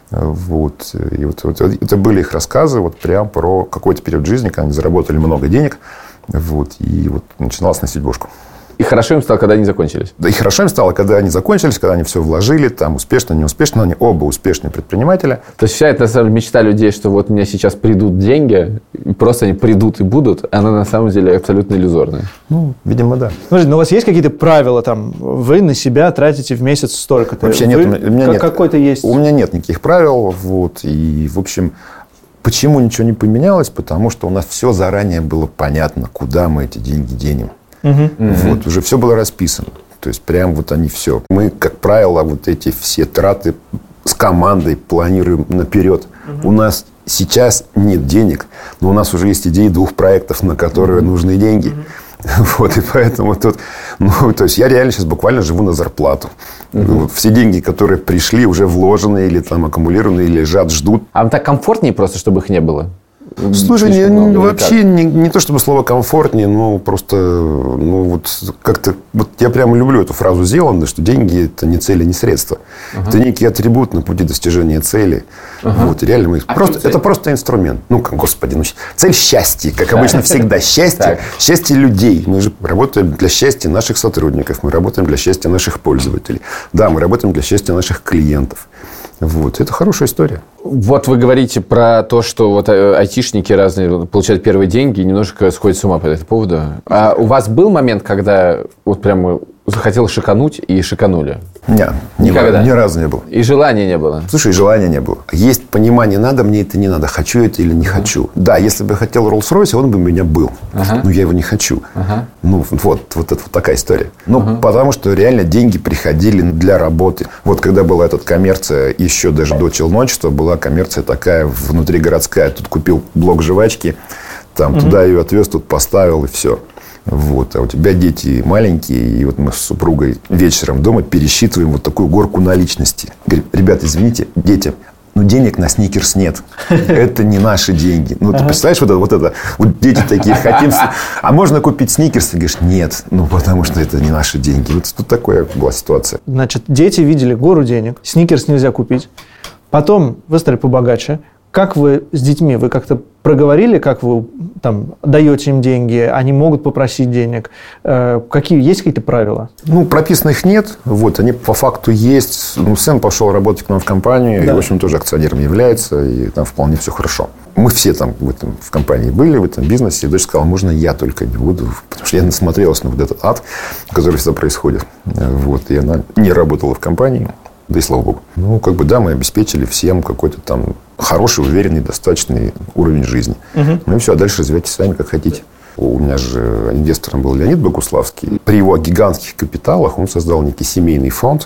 Вот. И вот это были их рассказы вот прям про какой-то период жизни, когда они заработали много денег, вот, и вот начиналось сносить бошку. И хорошо им стало, когда они закончились? Да, и хорошо им стало, когда они закончились, когда они все вложили, там, успешно, неуспешно, но они оба успешные предприниматели. То есть вся эта, на самом деле, мечта людей, что вот у меня сейчас придут деньги, и просто они придут и будут, она на самом деле абсолютно иллюзорная. Ну, видимо, да. Смотрите, но у вас есть какие-то правила, там, вы на себя тратите в месяц столько-то? Вообще нет, у меня нет. Какой-то есть? У меня нет никаких правил, вот, и, в общем, почему ничего не поменялось? Потому что у нас все заранее было понятно, куда мы эти деньги денем. Вот, уже все было расписано. То есть, прям вот они все. Мы, как правило, вот эти все траты с командой планируем наперед. У нас сейчас нет денег, но у нас уже есть идеи 2 проектов, на которые нужны деньги. Вот, и поэтому тут... Ну, то есть, я реально сейчас буквально живу на зарплату. Вот, все деньги, которые пришли, уже вложены или там аккумулированы, или лежат, ждут. А вам так комфортнее просто, чтобы их не было? Слушай, вообще не то чтобы слово комфортнее, но просто, ну, вот как-то, вот я прямо люблю эту фразу Зеланда, что деньги это не цель, не средство. Это некий атрибут на пути достижения цели. Вот, и реально мы это просто инструмент. Ну, господи, ну, цель счастья, как обычно всегда. Счастье людей. Мы же работаем для счастья наших сотрудников, мы работаем для счастья наших пользователей. Да, мы работаем для счастья наших клиентов. Вот, это хорошая история. Вот вы говорите про то, что вот айтишники разные получают первые деньги и немножко сходят с ума по этому поводу. А у вас был момент, когда вот прямо захотел шикануть и шиканули? Нет, Никогда? Ни разу не было. И желания не было? Слушай, и желания не было. Есть понимание, надо мне это, не надо, хочу это или не хочу. Да, если бы я хотел Rolls-Royce, он бы у меня был. Но я его не хочу. Ну, вот это вот такая история. Ну, потому что реально деньги приходили для работы. Вот когда была эта коммерция, еще даже до челночества, была коммерция такая внутригородская. Тут купил блок жвачки, там туда ее отвез, тут поставил, и все. Вот. А у тебя дети маленькие, и вот мы с супругой вечером дома пересчитываем вот такую горку наличности. Говорим, ребята, извините, дети, ну, денег на сникерс нет. Это не наши деньги. Ну, ты представляешь, вот это, вот дети такие, хотим, а можно купить сникерс? Ты говоришь, нет, ну, потому что это не наши деньги. Вот тут такая была ситуация. Значит, дети видели гору денег, сникерс нельзя купить. Потом вы стали побогаче. Как вы с детьми? Вы как-то проговорили, как вы там даете им деньги? Они могут попросить денег? Есть какие-то правила? Ну, прописанных нет. Вот, они по факту есть. Ну, сын пошел работать к нам в компанию. Да. И, в общем, тоже акционером является. И там вполне все хорошо. Мы все там в компании были, в этом бизнесе. И дочь сказала, можно я только не буду? Потому что я насмотрелась на вот этот ад, который всегда происходит. Вот, и она не работала в компании. Да и слава богу. Ну, как бы, да, мы обеспечили всем какой-то там хороший, уверенный, достаточный уровень жизни. Ну и все, а дальше развивайте сами, как хотите. У меня же инвестором был Леонид Богуславский. При его гигантских капиталах он создал некий семейный фонд.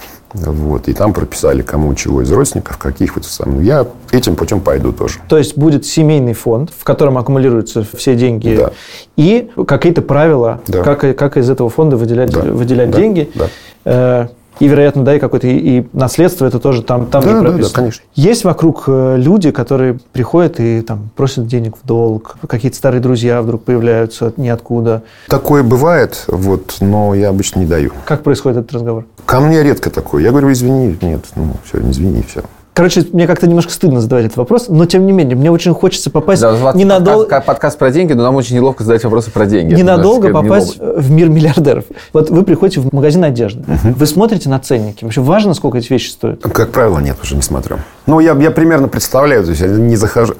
Вот, и там прописали, кому чего из родственников, каких вот самых. Я этим путем пойду тоже. То есть будет семейный фонд, в котором аккумулируются все деньги, да. И какие-то правила, да. как из этого фонда выделять деньги. Да. И, вероятно, да, и какое-то и наследство, это тоже там же прописано. Да, конечно. Есть вокруг люди, которые приходят и там просят денег в долг, какие-то старые друзья вдруг появляются ниоткуда. Такое бывает, вот, но я обычно не даю. Как происходит этот разговор? Ко мне редко такое. Я говорю, извини, нет, ну, все, не извини, все. Короче, мне как-то немножко стыдно задавать этот вопрос, но тем не менее, мне очень хочется попасть ненадолго... Подкаст про деньги, но нам очень неловко задать вопросы про деньги. Ненадолго попасть в мир миллиардеров. Вот вы приходите в магазин одежды, вы смотрите на ценники. Вообще важно, сколько эти вещи стоят? Как правило, нет, уже не смотрю. Ну, я примерно представляю, то есть я не захожу.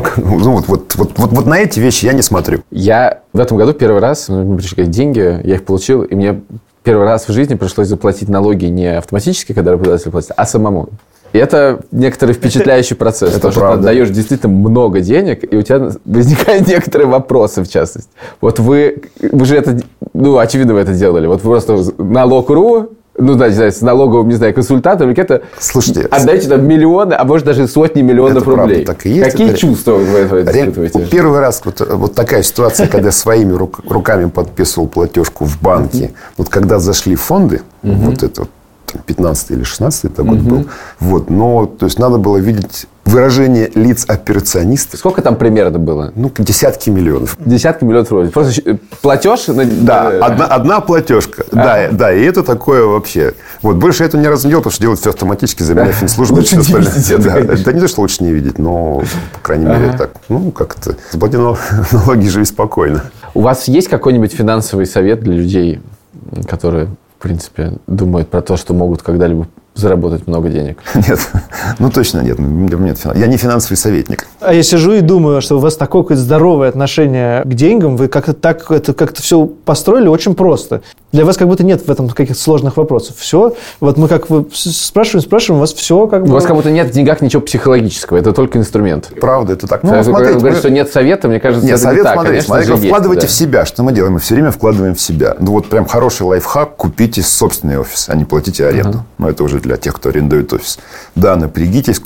Вот на эти вещи я не смотрю. Я в этом году первый раз, мне пришли деньги, я их получил, и мне первый раз в жизни пришлось заплатить налоги не автоматически, когда работодатель платит, а самому. И это некоторый впечатляющий процесс. Это потому что ты отдаешь действительно много денег, и у тебя возникают некоторые вопросы, в частности. Вот вы же это, ну, очевидно, вы это делали. Вот вы просто налог.ру, ну, да, не знаю, с налоговым, не знаю, консультантом, или где-то отдаете там миллионы, а может даже сотни миллионов рублей. Так и есть. Какие чувства вы испытываете? Первый раз вот такая ситуация, когда своими руками подписывал платежку в банке. Вот когда зашли фонды, вот это вот, 15 или 16 год был. Вот, но, то есть, надо было видеть выражение лиц операционистов. Сколько там примерно было? Ну, десятки миллионов. Десятки миллионов рублей. Просто платеж? Да, одна платежка. Да, и это такое вообще. Вот, больше я это ни разу не делал, потому что делать все автоматически за меня финслужба. Лучше не видеть это. Да не то, что лучше не видеть, но, по крайней мере, так. Ну, как-то. Заплати налоги, живи спокойно. У вас есть какой-нибудь финансовый совет для людей, которые... в принципе, думают про то, что могут когда-либо заработать много денег? Нет. Ну, точно нет. Я не финансовый советник. А я сижу и думаю, что у вас такое какое-то здоровое отношение к деньгам. Вы как-то все построили очень просто. Для вас как будто нет в этом каких-то сложных вопросов. Все. Вот мы как вы спрашиваем, у вас все как бы... У вас как будто нет в деньгах ничего психологического. Это только инструмент. Правда, это так. Ну, смотрите, когда вы говорите, что нет совета, мне кажется, нет, это совет, не так. Смотрите, Конечно, вкладывайте в себя. Что мы делаем? Мы все время вкладываем в себя. Ну, вот прям хороший лайфхак. Купите собственный офис, а не платите аренду. Но это уже для тех, кто арендует офис. Да, напрягитесь,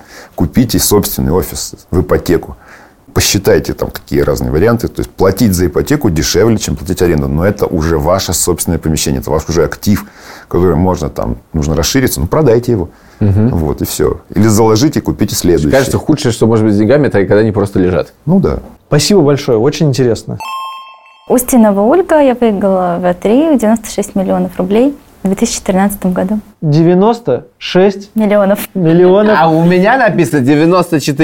купите собственный офис в ипотеку. Посчитайте там, какие разные варианты. То есть, платить за ипотеку дешевле, чем платить аренду. Но это уже ваше собственное помещение. Это ваш уже актив, который нужно расшириться. Ну, продайте его. Вот, и все. Или заложите, купите следующий. Кажется, худшее, что может быть с деньгами, это когда они просто лежат. Ну, да. Спасибо большое. Очень интересно. Устинова Ольга. Я выиграла в лотерею 96 миллионов рублей в 2013 году. 96 миллионов. А у меня написано 94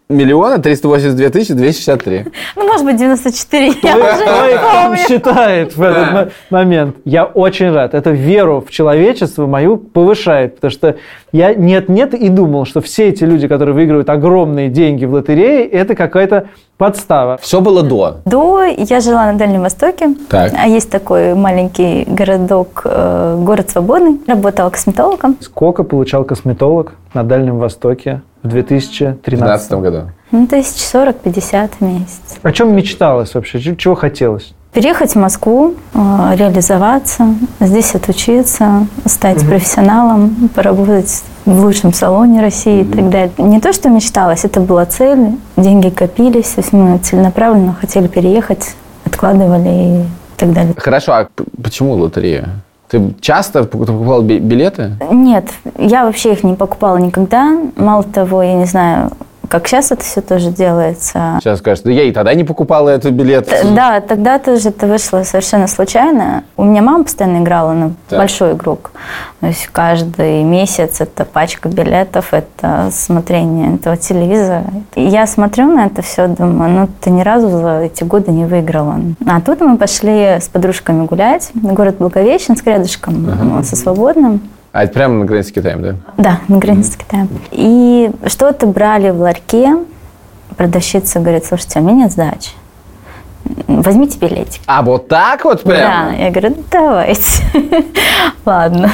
миллиона 382 тысячи 263. Ну, может быть, 94, я Кто уже не их помню. считает в этот момент? Я очень рад. Это веру в человечество мою повышает, потому что я нет-нет и думал, что все эти люди, которые выигрывают огромные деньги в лотерее, это какая-то подстава. Все было до. До я жила на Дальнем Востоке. Так. А есть такой маленький городок, город Свободный. Работала косметологом. Сколько получал косметолог на Дальнем Востоке в 2013 В 2015 году. Ну, 1040-50 в месяц. О чем мечталось вообще? Чего хотелось? Переехать в Москву, реализоваться, здесь отучиться, стать профессионалом, поработать в лучшем салоне России и так далее. Не то, что мечталось, это была цель, деньги копились, то есть мы целенаправленно хотели переехать, откладывали и так далее. Хорошо, а почему лотерея? Ты часто покупал билеты? Нет, я вообще их не покупала никогда. Мало того, я не знаю, как сейчас это все тоже делается. Сейчас скажешь, да я и тогда не покупала этот билет. Да, тогда тоже это вышло совершенно случайно. У меня мама постоянно играла, она Так. большой игрок. То есть каждый месяц это пачка билетов, это смотрение этого телевизора. И я смотрю на это все, думаю, ну ты ни разу за эти годы не выиграла. А тут мы пошли с подружками гулять. Город Благовещенск рядышком, со Свободным. А это прямо на границе с Китаем, да? Да, на границе с Китаем. И что-то брали в ларьке. Продавщица говорит, слушайте, у меня нет сдачи. Возьмите билетик. А вот так вот Да, прямо? я говорю, давайте. Ладно.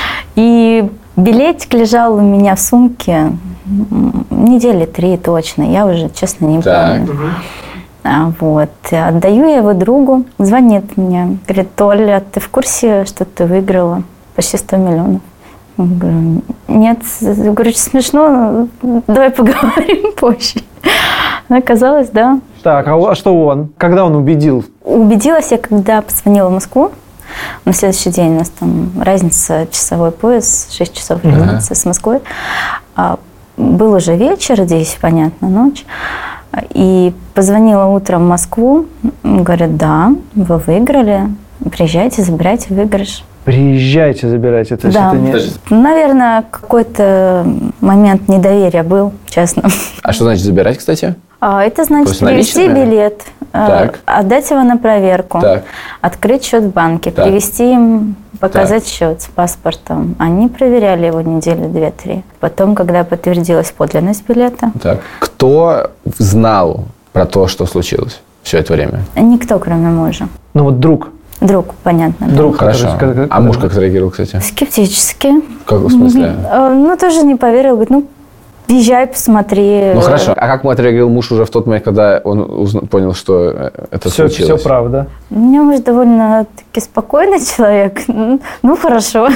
И билетик лежал у меня в сумке недели 3 точно. Я уже, честно, не Так. помню. Вот. Отдаю я его другу. Звонит мне. Говорит, Толя, ты в курсе, что ты выиграла почти 100 миллионов? Я говорю, нет. Я говорю, смешно, давай поговорим позже. Оказалось, да. Так, а что он? Когда он убедил? Убедилась я, когда позвонила в Москву. На следующий день у нас там разница, часовой пояс, 6 часов разница с Москвой. Был уже вечер, здесь, понятно, ночь. И позвонила утром в Москву. Говорят, да, вы выиграли. Приезжайте, забирайте выигрыш. Приезжайте, забирайте. То есть Да. это не... Наверное, какой-то момент недоверия был, честно. А что значит забирать, кстати? Это значит То есть привезти наличными? билет, Так. отдать его на проверку, Так. открыть счет в банке, Так. привезти им, показать счет с паспортом. Они проверяли его недели 2-3. Потом, когда подтвердилась подлинность билета, Так. Кто знал про то, что случилось все это время? никто, кроме мужа. Ну вот друг. Друг, понятно. да. Друг, Хорошо. который- А муж как среагировал, кстати? Скептически. Как в смысле? Ну, тоже не поверил. Говорит, ну, езжай, посмотри. Ну хорошо. А как отреагировал муж уже в тот момент, когда он понял, что это Все, случилось? все правда. У меня муж довольно-таки спокойный человек. Ну, хорошо.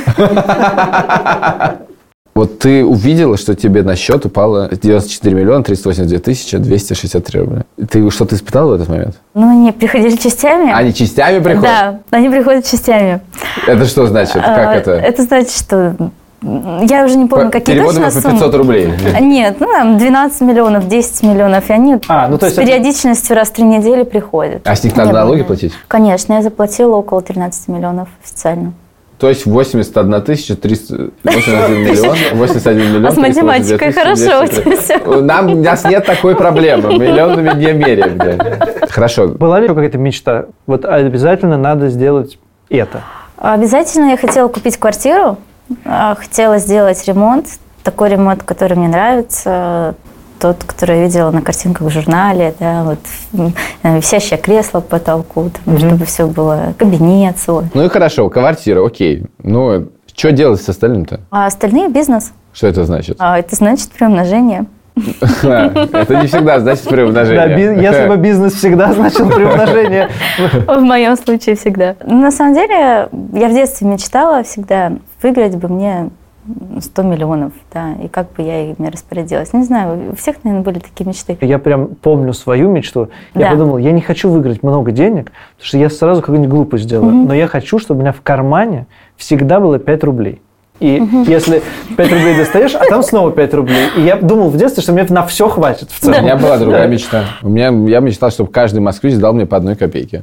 Вот ты увидела, что тебе на счет упало 94 миллиона 382 тысячи 263 рубля. Ты что-то испытала в этот момент? Ну, они приходили частями. Они частями приходят? Да, они приходят частями. Это что значит? Как это? Это значит, что я уже не помню, какие Переводами точно по суммы. 500 рублей. Нет, ну там 12 миллионов, 10 миллионов, и они Ну, то с есть это- периодичностью раз в 3 недели приходят. А с них надо Не было, налоги нет. платить? Конечно, я заплатила около 13 миллионов официально. То есть 81 тысяча 381 миллион, 81 миллион. А с математикой 382 тысячи хорошо у 203. тебя всё. У нас нет такой проблемы. Миллионами не меряем. блядь. Хорошо. Была ли какая-то мечта? Вот обязательно надо сделать это. Обязательно я хотела купить квартиру, хотела сделать ремонт, такой ремонт, который мне нравится, тот, который я видела на картинках в журнале, да, вот висящее кресло по потолку, там, чтобы все было, кабинет свой. Ну и хорошо, квартира, окей. Ну, что делать с остальным-то? А остальные бизнес. Что это значит? Это значит приумножение. Это не всегда значит приумножение. Да, если бы бизнес всегда значил приумножение. В моем случае всегда. На самом деле, я в детстве мечтала всегда выиграть бы мне 100 миллионов, да, и как бы я ими распорядилась. Не знаю, у всех, наверное, были такие мечты. Я прям помню свою мечту. Я Да. подумал, я не хочу выиграть много денег, потому что я сразу какую-нибудь глупость сделаю. Но я хочу, чтобы у меня в кармане всегда было 5 рублей. И если 5 рублей достаешь, а там снова 5 рублей. И я думал в детстве, что мне на все хватит в У целом. меня была другая мечта. Я мечтал, чтобы каждый москвич дал мне по 1 копейке.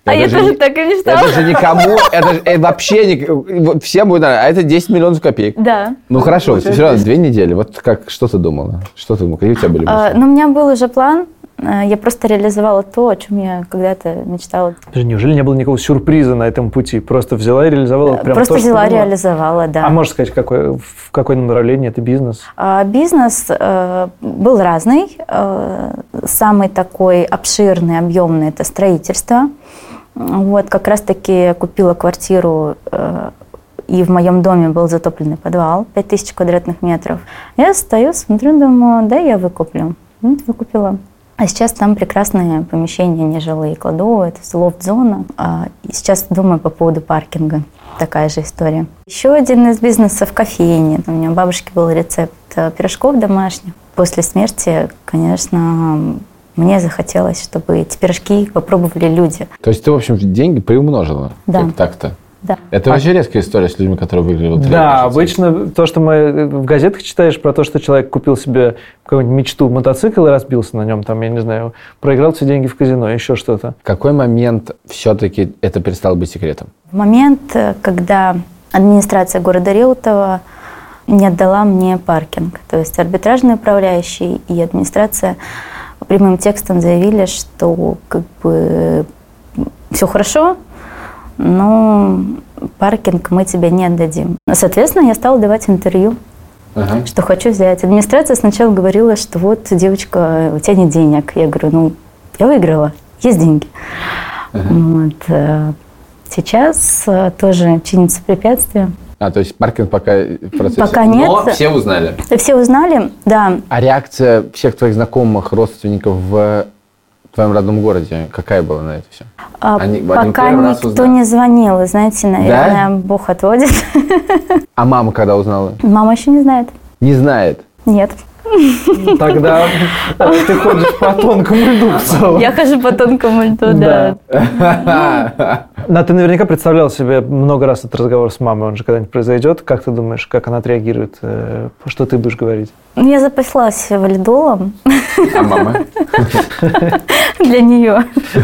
А я тоже так и мечтала. Это же никому, это же вообще всем будет нравиться. А это 10 миллионов копеек. Да. Ну хорошо, все равно 2 недели. Вот что ты думала? Какие у тебя были мысли? Ну, у меня был уже план. Я просто реализовала то, о чем я когда-то мечтала. Неужели не было никакого сюрприза на этом пути? Просто взяла и реализовала прям Просто то, что взяла и думала? реализовала, да. А можешь сказать, в какое направление это бизнес? Бизнес был разный. Самый такой обширный, объемный – это строительство. Вот, как раз-таки я купила квартиру, и в моем доме был затопленный подвал, 5000 квадратных метров. Я стою, смотрю, думаю, да, я выкуплю. Вот, выкупила. А сейчас там прекрасные помещения, нежилые, кладовые, это лофт-зона. И сейчас думаю по поводу паркинга. Такая же история. Еще один из бизнесов – кофейни. У меня у бабушки был рецепт пирожков домашних. После смерти, конечно, мне захотелось, чтобы эти пирожки попробовали люди. То есть ты, в общем, деньги приумножила? Да. Как так-то? Да. Это вообще редкая история с людьми, которые выиграли в лотерею. Да, кажется. обычно то, что мы в газетах читаешь про то, что человек купил себе какую-нибудь мечту, мотоцикл и разбился на нем, там, я не знаю, проиграл все деньги в казино, еще что-то. В какой момент все-таки это перестало быть секретом? В момент, когда администрация города Реутова не отдала мне паркинг, то есть арбитражный управляющий и администрация прямым текстом заявили, что как бы все хорошо, но паркинг мы тебе не отдадим. Соответственно, я стала давать интервью, что хочу взять. Администрация сначала говорила, что вот, девочка, у тебя нет денег. Я говорю, ну, я выиграла, есть деньги. Вот. Сейчас тоже чинится препятствие. То есть паркинг пока в процессе? Пока нет. Но все узнали? Все узнали, да. А реакция всех твоих знакомых, родственников в твоем родном городе, какая была на это все? Пока никто не звонил. И, знаете, наверное, Бог отводит. А мама когда узнала? Мама еще не знает. Не знает? Нет. Тогда ты ходишь по тонкому льду в целом. Я хожу по тонкому льду, да. Но ты наверняка представлял себе много раз этот разговор с мамой, он же когда-нибудь произойдет. Как ты думаешь, как она отреагирует? Что ты будешь говорить? Я запаслась валидолом. А мама? Для нее.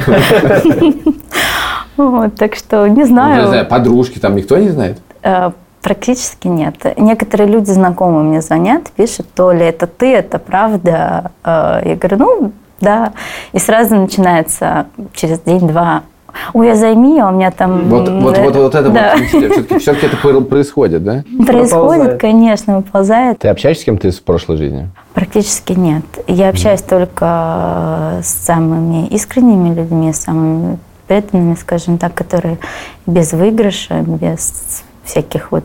Вот, так что не знаю. Не знаю, подружки там никто не знает? Практически нет. Некоторые люди знакомые мне звонят, пишут, то ли это ты, это правда. Я говорю, ну да. И сразу начинается через день-два. Ой, а займи, а у меня там... Вот это да. вот все-таки это происходит, да? Происходит, конечно, выползает. Ты общаешься с кем-то из прошлой жизни? Практически нет. Я общаюсь только с самыми искренними людьми, самыми преданными, скажем так, которые без выигрыша, без всяких вот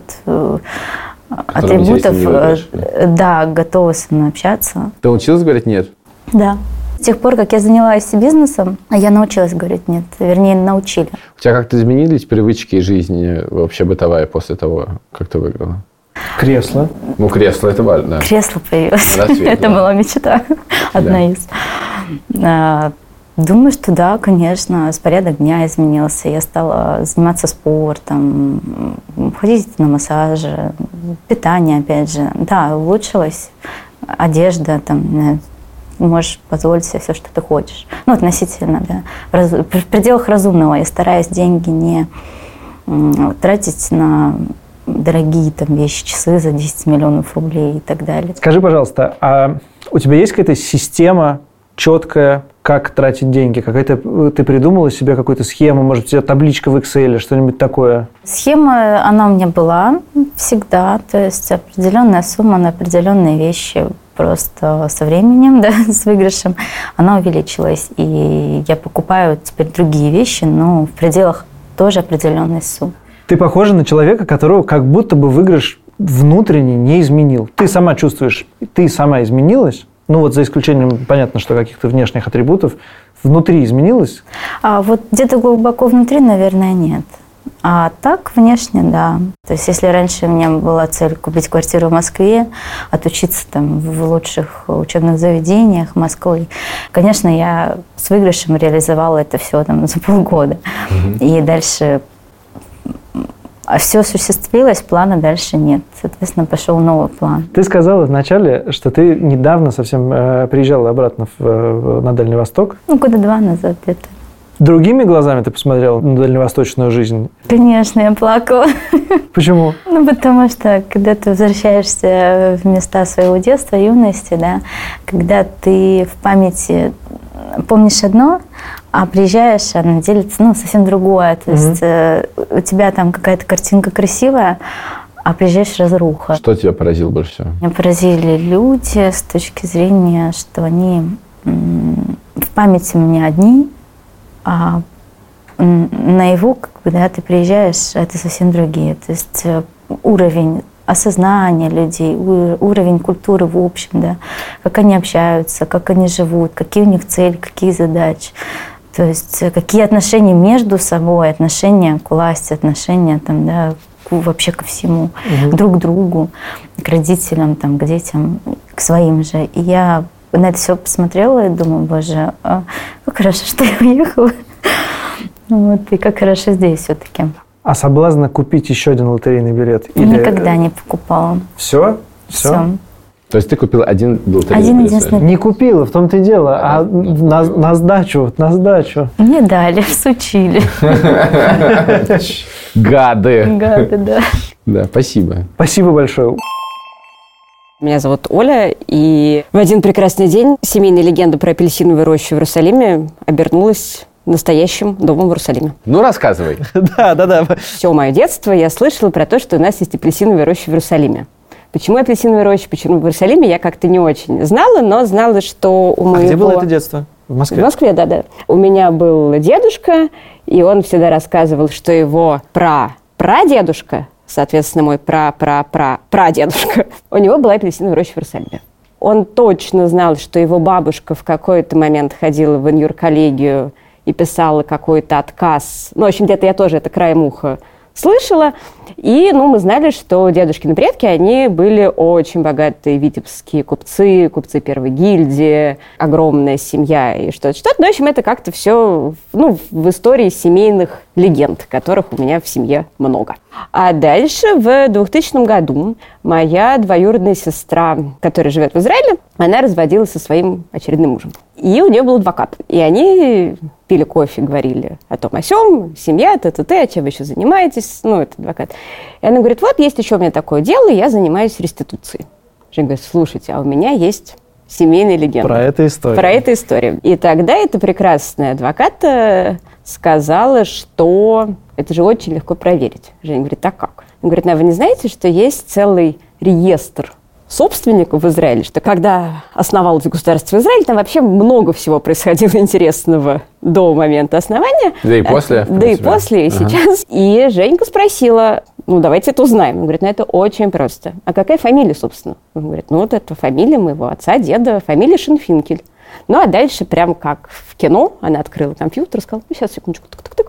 атрибутов, да, готовы со мной общаться. Ты училась говорить «нет»? Да. С тех пор, как я занялась бизнесом, я научилась говорить «нет». Вернее, научили. У тебя как-то изменились привычки жизни вообще бытовая после того, как ты выиграла? Кресло. Ну, кресло – это важно, да. Кресло появилось. Рассвет, Это да. была мечта. Одна из. Думаю, что да, конечно, распорядок дня изменился. Я стала заниматься спортом, ходить на массажи, питание, опять же. Да, улучшилась одежда, там, можешь позволить себе все, что ты хочешь. Ну, относительно, да. В пределах разумного. Я стараюсь деньги не тратить на дорогие там вещи, часы за 10 миллионов рублей и так далее. Скажи, пожалуйста, а у тебя есть какая-то система четкая, как тратить деньги? Ты придумала себе какую-то схему, может, у тебя табличка в Excel, что-нибудь такое? Схема, она у меня была всегда, то есть определенная сумма на определенные вещи. Просто со временем, да, с выигрышем, она увеличилась. И я покупаю теперь другие вещи, но в пределах тоже определенной суммы. Ты похожа на человека, которого как будто бы выигрыш внутренне не изменил. Ты сама чувствуешь, ты сама изменилась, ну вот за исключением, понятно, что каких-то внешних атрибутов, внутри изменилась? А вот где-то глубоко внутри, наверное, нет. А так, внешне, да. То есть, если раньше у меня была цель купить квартиру в Москве, отучиться там в лучших учебных заведениях Москвы, конечно, я с выигрышем реализовала это все там за полгода. И дальше все осуществилось, плана дальше нет. Соответственно, пошел новый план. Ты сказала вначале, что ты недавно совсем приезжала обратно на Дальний Восток. Ну, года 2 назад где-то. Другими глазами ты посмотрел на дальневосточную жизнь? Конечно, я плакала. Почему? Ну, потому что, когда ты возвращаешься в места своего детства, юности, да, когда ты в памяти помнишь одно, а приезжаешь, а на деле совсем другое. То есть у тебя там какая-то картинка красивая, а приезжаешь разруха. Что тебя поразило больше всего? Меня поразили люди с точки зрения, что они в памяти у меня одни, а наяву, когда ты приезжаешь, это совсем другие. То есть уровень осознания людей, уровень культуры в общем, да, как они общаются, как они живут, какие у них цели, какие задачи. То есть какие отношения между собой, отношения к власти, отношения там, да, вообще ко всему, друг к другу, к родителям, там, к детям, к своим же. И я на это все посмотрела и думаю, боже, как хорошо, что я уехала. Вот, и как хорошо здесь все-таки. А соблазна купить еще один лотерейный билет? Никогда не покупала. Все? Все. То есть ты купил один лотерейный Один билет? единственный. Не купила, в том-то и дело. А на сдачу, на сдачу. Мне дали, всучили. Гады. Гады, да. Да, спасибо. Спасибо большое. Меня зовут Оля, и в один прекрасный день семейная легенда про апельсиновую рощу в Иерусалиме обернулась настоящим домом в Иерусалиме. Ну, рассказывай. Да. Все мое детство я слышала про то, что у нас есть апельсиновая роща в Иерусалиме. Почему апельсиновая роща, почему в Иерусалиме, я как-то не очень знала, но знала, что у моего... А где было это детство? В Москве? В Москве, да. У меня был дедушка, и он всегда рассказывал, что его прадедушка, соответственно, мой прадедушка, у него была апельсиновая роща в Иерусалиме. Он точно знал, что его бабушка в какой-то момент ходила в инъюр-коллегию и писала какой-то отказ. Ну, в общем, где-то я тоже это краем уха слышала. И, мы знали, что дедушкины предки, они были очень богатые витебские купцы первой гильдии, огромная семья и что-то. Но, в общем, это как-то все, в истории семейных легенд, которых у меня в семье много. А дальше, в 2000 году, моя двоюродная сестра, которая живет в Израиле, она разводилась со своим очередным мужем. И у нее был адвокат. И они пили кофе, говорили о том, о сём, семья, т-т-т, а чем вы еще занимаетесь? Это адвокат. И она говорит, вот, есть еще у меня такое дело, я занимаюсь реституцией. Женя говорит, слушайте, а у меня есть семейная легенда. Про эту историю. Про эту историю. И тогда эта прекрасная адвокат сказала, что это же очень легко проверить. Женя говорит, а как? Она говорит, вы не знаете, что есть целый реестр собственников в Израиле, что когда основалось государство Израиль, там вообще много всего происходило интересного до момента основания. Да и после. Да и после, и сейчас. И Женька спросила, давайте это узнаем. Он говорит, это очень просто. А какая фамилия, собственно? Он говорит, это фамилия моего отца, деда, фамилия Шенфинкель. А дальше прям как в кино, она открыла компьютер и сказала, сейчас, секундочку,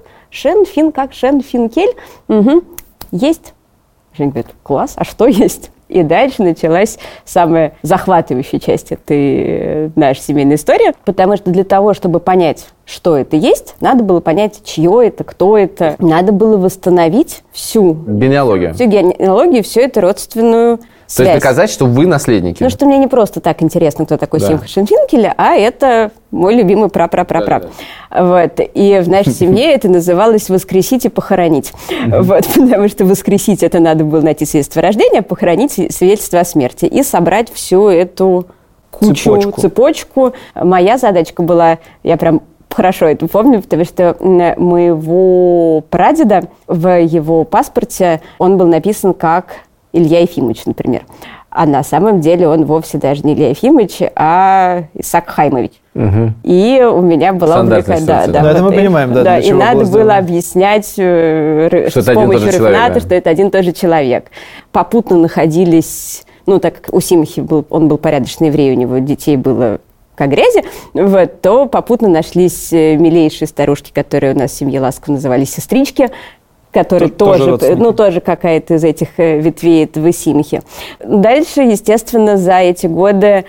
Шенфинкель, есть. Женя говорит, класс, а что есть? И дальше началась самая захватывающая часть этой нашей семейной истории, потому что для того, чтобы понять, что это есть, надо было понять, чье это, кто это. Надо было восстановить всю генеалогию, всю эту родственную связь. То есть доказать, что вы наследники. Что мне не просто так интересно, кто такой Симха Шенфинкель, а это мой любимый пра-пра-пра-пра. Вот. И в нашей семье это называлось «воскресить и похоронить». Потому что воскресить это надо было найти свидетельство рождения, а похоронить свидетельство о смерти. И собрать всю эту цепочку. Моя задачка была, я прям хорошо это помню, потому что моего прадеда в его паспорте он был написан как Илья Ефимович, например. А на самом деле он вовсе даже не Илья Ефимович, а Исаак Хаймович. И у меня была это мы понимаем, да. И надо было объяснять с помощью реферата, что это один и тот же человек. Попутно находились, так как у Симхи он был порядочный еврей, у него детей было как грязи, то попутно нашлись милейшие старушки, которые у нас в семье ласково назывались сестрички, которые тоже какая-то из этих ветвей этого Симхи. Дальше, естественно, за эти годы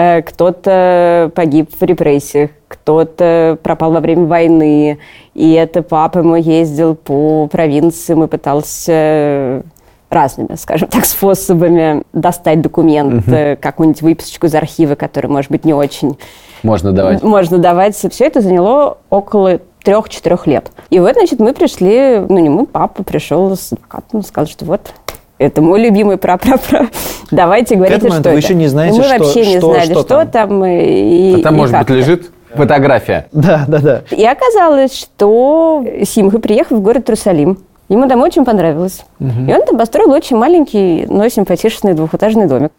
кто-то погиб в репрессиях, кто-то пропал во время войны, и это папа мой ездил по провинциям и пытался разными, скажем так, способами достать документ, какую-нибудь выписочку из архива, которая, может быть, не очень... Можно давать. Все это заняло около 3-4 лет. И вот, значит, мы пришли, ну не мы, папа пришел с адвокатом, сказал, что вот, это мой любимый пра-пра-пра. Давайте говорите, что это. Вы еще не знаете, мы вообще не знали, что там. И там, может быть, как-то. лежит фотография. Да. И оказалось, что Симха приехал в город Иерусалим. Ему там очень понравилось. И он там построил очень маленький, но симпатичный двухэтажный домик,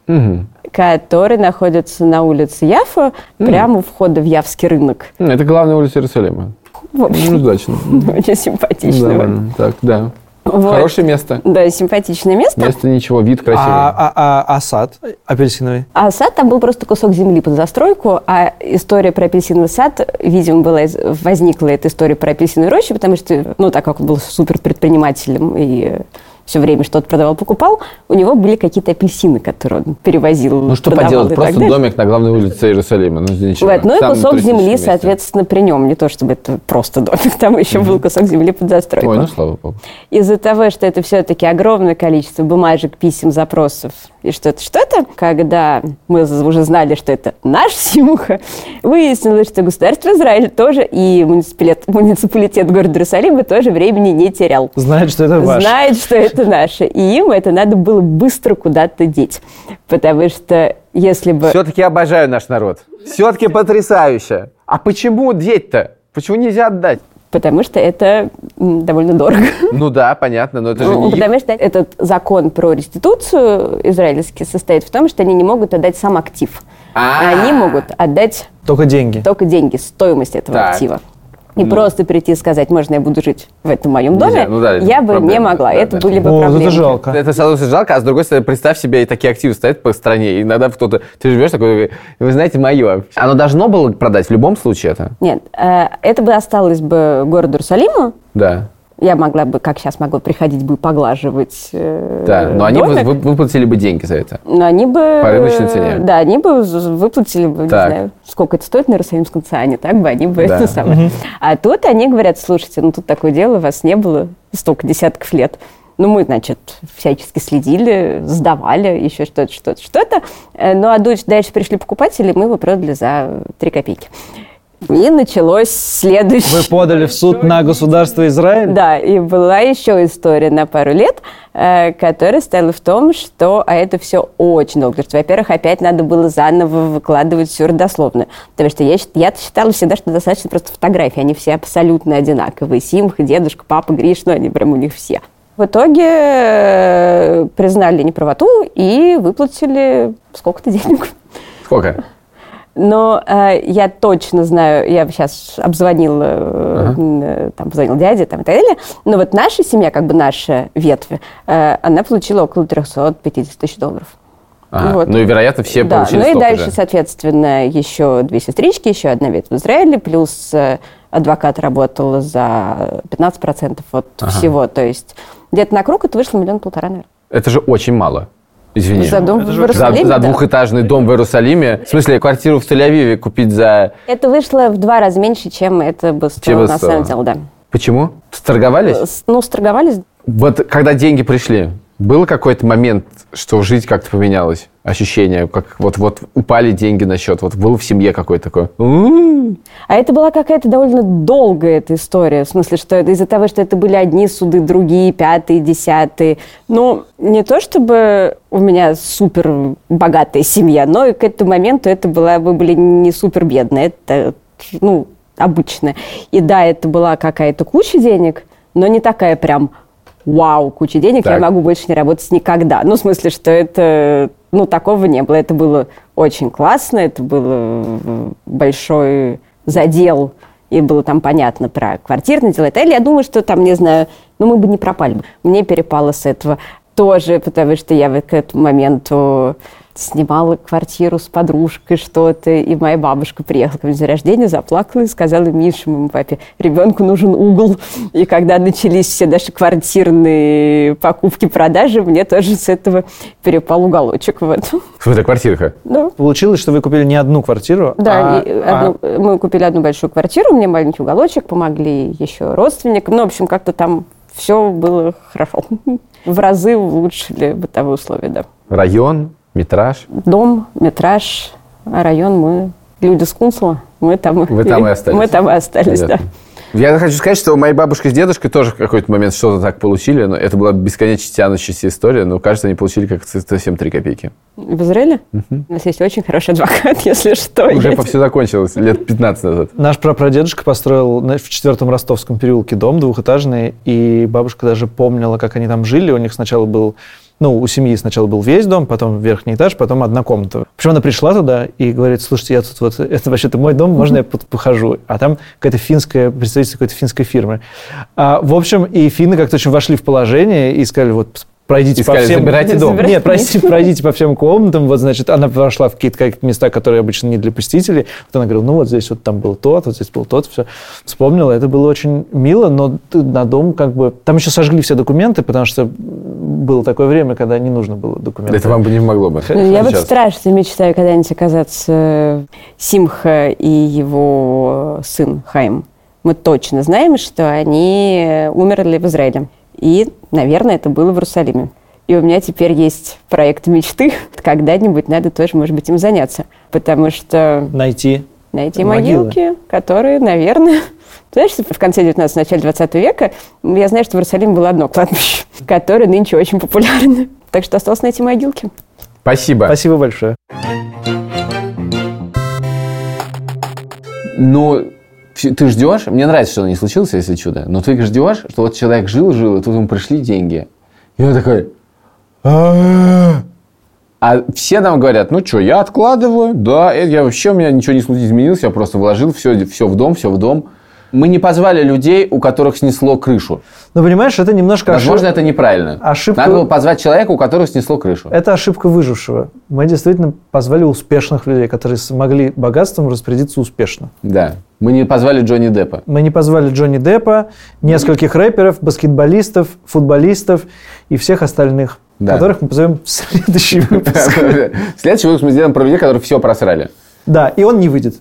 который находится на улице Яффа, прямо у входа в Явский рынок. Это главная улица Иерусалима. В общем, удачно. очень симпатично. Так, да. Вот. Хорошее место. Да, симпатичное место. Место ничего, вид красивый. А сад апельсиновый? А сад там был просто кусок земли под застройку, а история про апельсиновый сад, видимо, возникла эта история про апельсиновую рощу, потому что, ну, так как он был супер предпринимателем и все время что-то продавал, покупал, у него были какие-то апельсины, которые он перевозил. Ну, что поделать, просто домик на главной улице Иерусалима. Ну, ничего. Вот, ну и кусок земли, месте. соответственно, при нем. Не то, чтобы это просто домик, там еще был кусок земли под застройку. Ой, ну, слава богу. Из-за того, что это все-таки огромное количество бумажек, писем, запросов и что-то, когда мы уже знали, что это наш Симха, выяснилось, что государство Израиль тоже и муниципалитет города Иерусалима тоже времени не терял. Знает, что это ваше. Знает, что это наше. И им это надо было быстро куда-то деть. Потому что если бы... Все-таки обожаю наш народ. Все-таки потрясающе. А почему деть-то? Почему нельзя отдать? Потому что это довольно дорого. Ну да, понятно, но это же не их. Потому что этот закон про реституцию израильский состоит в том, что они не могут отдать сам актив. Они могут отдать только деньги, стоимость этого актива. И просто прийти и сказать, можно я буду жить в этом моем доме, я бы не могла. Это были бы проблемы. Это жалко. Это, с одной стороны, жалко, а с другой стороны, представь себе, и такие активы стоят по стране, и иногда кто-то, ты живешь такой, вы знаете, мое. Оно должно было продать в любом случае это? Нет, это бы осталось бы городу Иерусалиму. Да. Я могла бы, как сейчас могу, приходить бы поглаживать Да, но они выплатили бы деньги за это. Но они бы... По рыночной цене. Да, они бы выплатили бы, не знаю, сколько это стоит на Иерусалимском ЦИАНе, так бы они бы это самое. А тут они говорят, слушайте, ну тут такое дело, вас не было столько десятков лет. Ну, мы, значит, всячески следили, сдавали, еще что-то. Ну, а дальше пришли покупатели, мы его продали за 3 копейки. И началось следующее. Вы подали в суд на государство Израиль? Да, и была еще история на пару лет, которая стояла в том, что это все очень долго. Потому что, во-первых, опять надо было заново выкладывать все родословно. Потому что я считала всегда, что достаточно просто фотографии. Они все абсолютно одинаковые. Симха, дедушка, папа, Гриш, ну они прям у них все. В итоге признали неправоту и выплатили сколько-то денег. Сколько? Но я точно знаю, я сейчас обзвонила, позвонил дяде там, и так далее, но вот наша семья, как бы наша ветвь, она получила около $350 тысяч. Вот. Ну и, вероятно, все получили столько. Ну и дальше, же. Соответственно, еще 2 сестрички, еще одна ветвь в Израиле, плюс адвокат работал за 15% от всего. То есть где-то на круг это вышло 1,5 миллиона, наверное. Это же очень мало. Извини. За дом в Иерусалиме? За двухэтажный дом в Иерусалиме. В смысле, квартиру в Тель-Авиве купить за... Это вышло в 2 раза меньше, чем это бы стоило на самом деле, да. Почему? Сторговались? Ну, сторговались. Вот когда деньги пришли, был какой-то момент, что жизнь как-то поменялась? Ощущение, как вот упали деньги на счет, вот был в семье какой-то такой. А это была какая-то довольно долгая эта история, в смысле, что это из-за того, что это были одни суды, другие, 5-е, 10-е. Ну, не то чтобы у меня супер богатая семья, но и к этому моменту мы были не супер бедные, это, обычно. И да, это была какая-то куча денег, но не такая прям вау, куча денег, так. Я могу больше не работать никогда. Ну, в смысле, что это, такого не было. Это было очень классно, это был большой задел, и было там понятно про квартирные дела. Или я думаю, что там, не знаю, мы бы не пропали. Мне перепало с этого тоже, потому что я к этому моменту снимала квартиру с подружкой что-то, и моя бабушка приехала ко мне на день рождения, заплакала и сказала Мише, моему папе, ребенку нужен угол. И когда начались все наши квартирные покупки-продажи, мне тоже с этого перепал уголочек. Вот. Это квартирка? Да. Получилось, что вы купили не одну квартиру, да, мы купили одну большую квартиру, мне маленький уголочек, помогли еще родственникам. В общем, как-то там все было хорошо. В разы улучшили бытовые условия, да. Район? Метраж? Дом, метраж, а район мы люди с Кунцева, мы там и остались. Мы там и остались, да. Я хочу сказать, что мои бабушка с дедушкой тоже в какой-то момент что-то так получили, но это была бесконечно тянущаяся история, но, кажется, они получили как совсем 3 копейки. В Израиле? У нас есть очень хороший адвокат, если что. Уже все закончилось лет 15 назад. Наш прапрадедушка построил в 4-м Ростовском переулке дом двухэтажный, и бабушка даже помнила, как они там жили. У них сначала был... у семьи сначала был весь дом, потом верхний этаж, потом одна комната. Причем она пришла туда и говорит: слушайте, я тут вот, это вообще-то мой дом, можно я похожу? А там какая-то представитель какой-то финской фирмы. В общем, и финны как-то очень вошли в положение и сказали: вот пройдите по всем... забирайте дом. Нет, пройдите по всем комнатам. Вот, значит, она прошла в какие-то места, которые обычно не для посетителей. Вот она говорила: вот здесь вот там был тот, вот здесь был тот. Все. Вспомнила. Это было очень мило, но на дом как бы... Там еще сожгли все документы, потому что было такое время, когда не нужно было документы. Это вам бы не могло бы. Я вот страшно мечтаю когда-нибудь оказаться Симха и его сын Хайм. Мы точно знаем, что они умерли в Израиле. И, наверное, это было в Иерусалиме. И у меня теперь есть проект мечты. Когда-нибудь надо тоже, может быть, им заняться. Потому что... Найти могилки, которые, наверное... Знаешь, в конце 19-го, начале 20 века я знаю, что в Иерусалиме было одно кладбище, которое нынче очень популярно. Так что осталось найти могилки. Спасибо. Спасибо большое. Ты ждешь, мне нравится, что не случилось, если чудо, но ты ждешь, что вот человек жил, и тут ему пришли деньги. И он такой... А все нам говорят: я откладываю, да, я вообще, у меня ничего не изменилось, я просто вложил все в дом. Мы не позвали людей, у которых снесло крышу. Понимаешь, это немножко... Возможно, это неправильно. Надо было позвать человека, у которого снесло крышу. Это ошибка выжившего. Мы действительно позвали успешных людей, которые смогли богатством распорядиться успешно. Да. Мы не позвали Джонни Деппа. Мы не позвали Джонни Деппа, нескольких рэперов, баскетболистов, футболистов и всех остальных, которых мы позовем в следующий выпуск. Следующий выпуск мы сделаем про людей, которые все просрали. Да, и он не выйдет.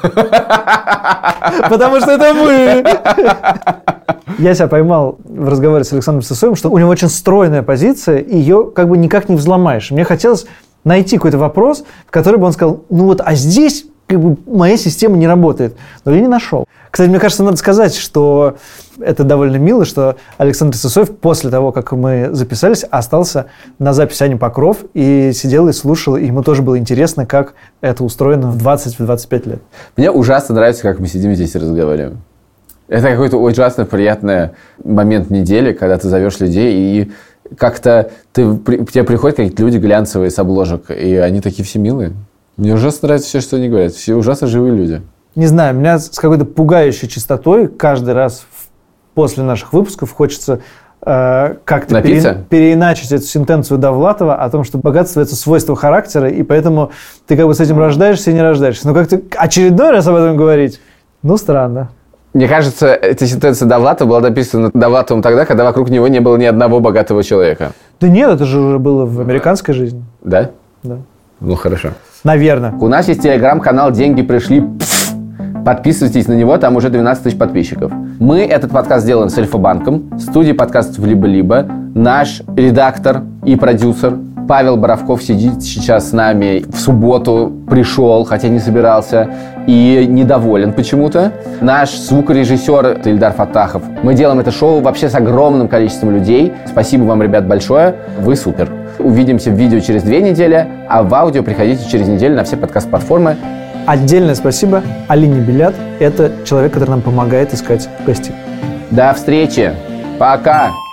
Потому что это мы. Я себя поймал в разговоре с Александром Сысоевым, что у него очень стройная позиция, и ее как бы никак не взломаешь. Мне хотелось найти какой-то вопрос, в который бы он сказал: а здесь как бы моя система не работает. Но я не нашел. Кстати, мне кажется, надо сказать, что это довольно мило, что Александр Сысоев после того, как мы записались, остался на записи Ани Покров и сидел и слушал, и ему тоже было интересно, как это устроено в 20-25 лет. Мне ужасно нравится, как мы сидим здесь и разговариваем. Это какой-то ужасно приятный момент недели, когда ты зовешь людей, и как-то тебе приходят какие-то люди глянцевые с обложек, и они такие все милые. Мне ужасно нравится все, что они говорят. Все ужасно живые люди. Не знаю, меня с какой-то пугающей частотой каждый раз после наших выпусков хочется как-то переиначить эту сентенцию Довлатова о том, что богатство – это свойство характера, и поэтому ты как бы с этим рождаешься и не рождаешься. Но как-то очередной раз об этом говорить, странно. Мне кажется, эта сентенция Довлатова была написана Довлатовым тогда, когда вокруг него не было ни одного богатого человека. Да нет, это же уже было в американской жизни. Да? Да. Хорошо. Наверное. У нас есть телеграм-канал «Деньги пришли». Подписывайтесь на него, там уже 12 тысяч подписчиков. Мы этот подкаст делаем с Альфа-банком, студией подкастов «Либо-либо». Наш редактор и продюсер Павел Боровков сидит сейчас с нами. В субботу пришел, хотя не собирался, и недоволен почему-то. Наш звукорежиссер Ильдар Фатахов. Мы делаем это шоу вообще с огромным количеством людей. Спасибо вам, ребят, большое. Вы супер. Увидимся в видео через 2 недели, а в аудио приходите через неделю на все подкаст-платформы. Отдельное спасибо Алине Белят. Это человек, который нам помогает искать гостей. До встречи. Пока.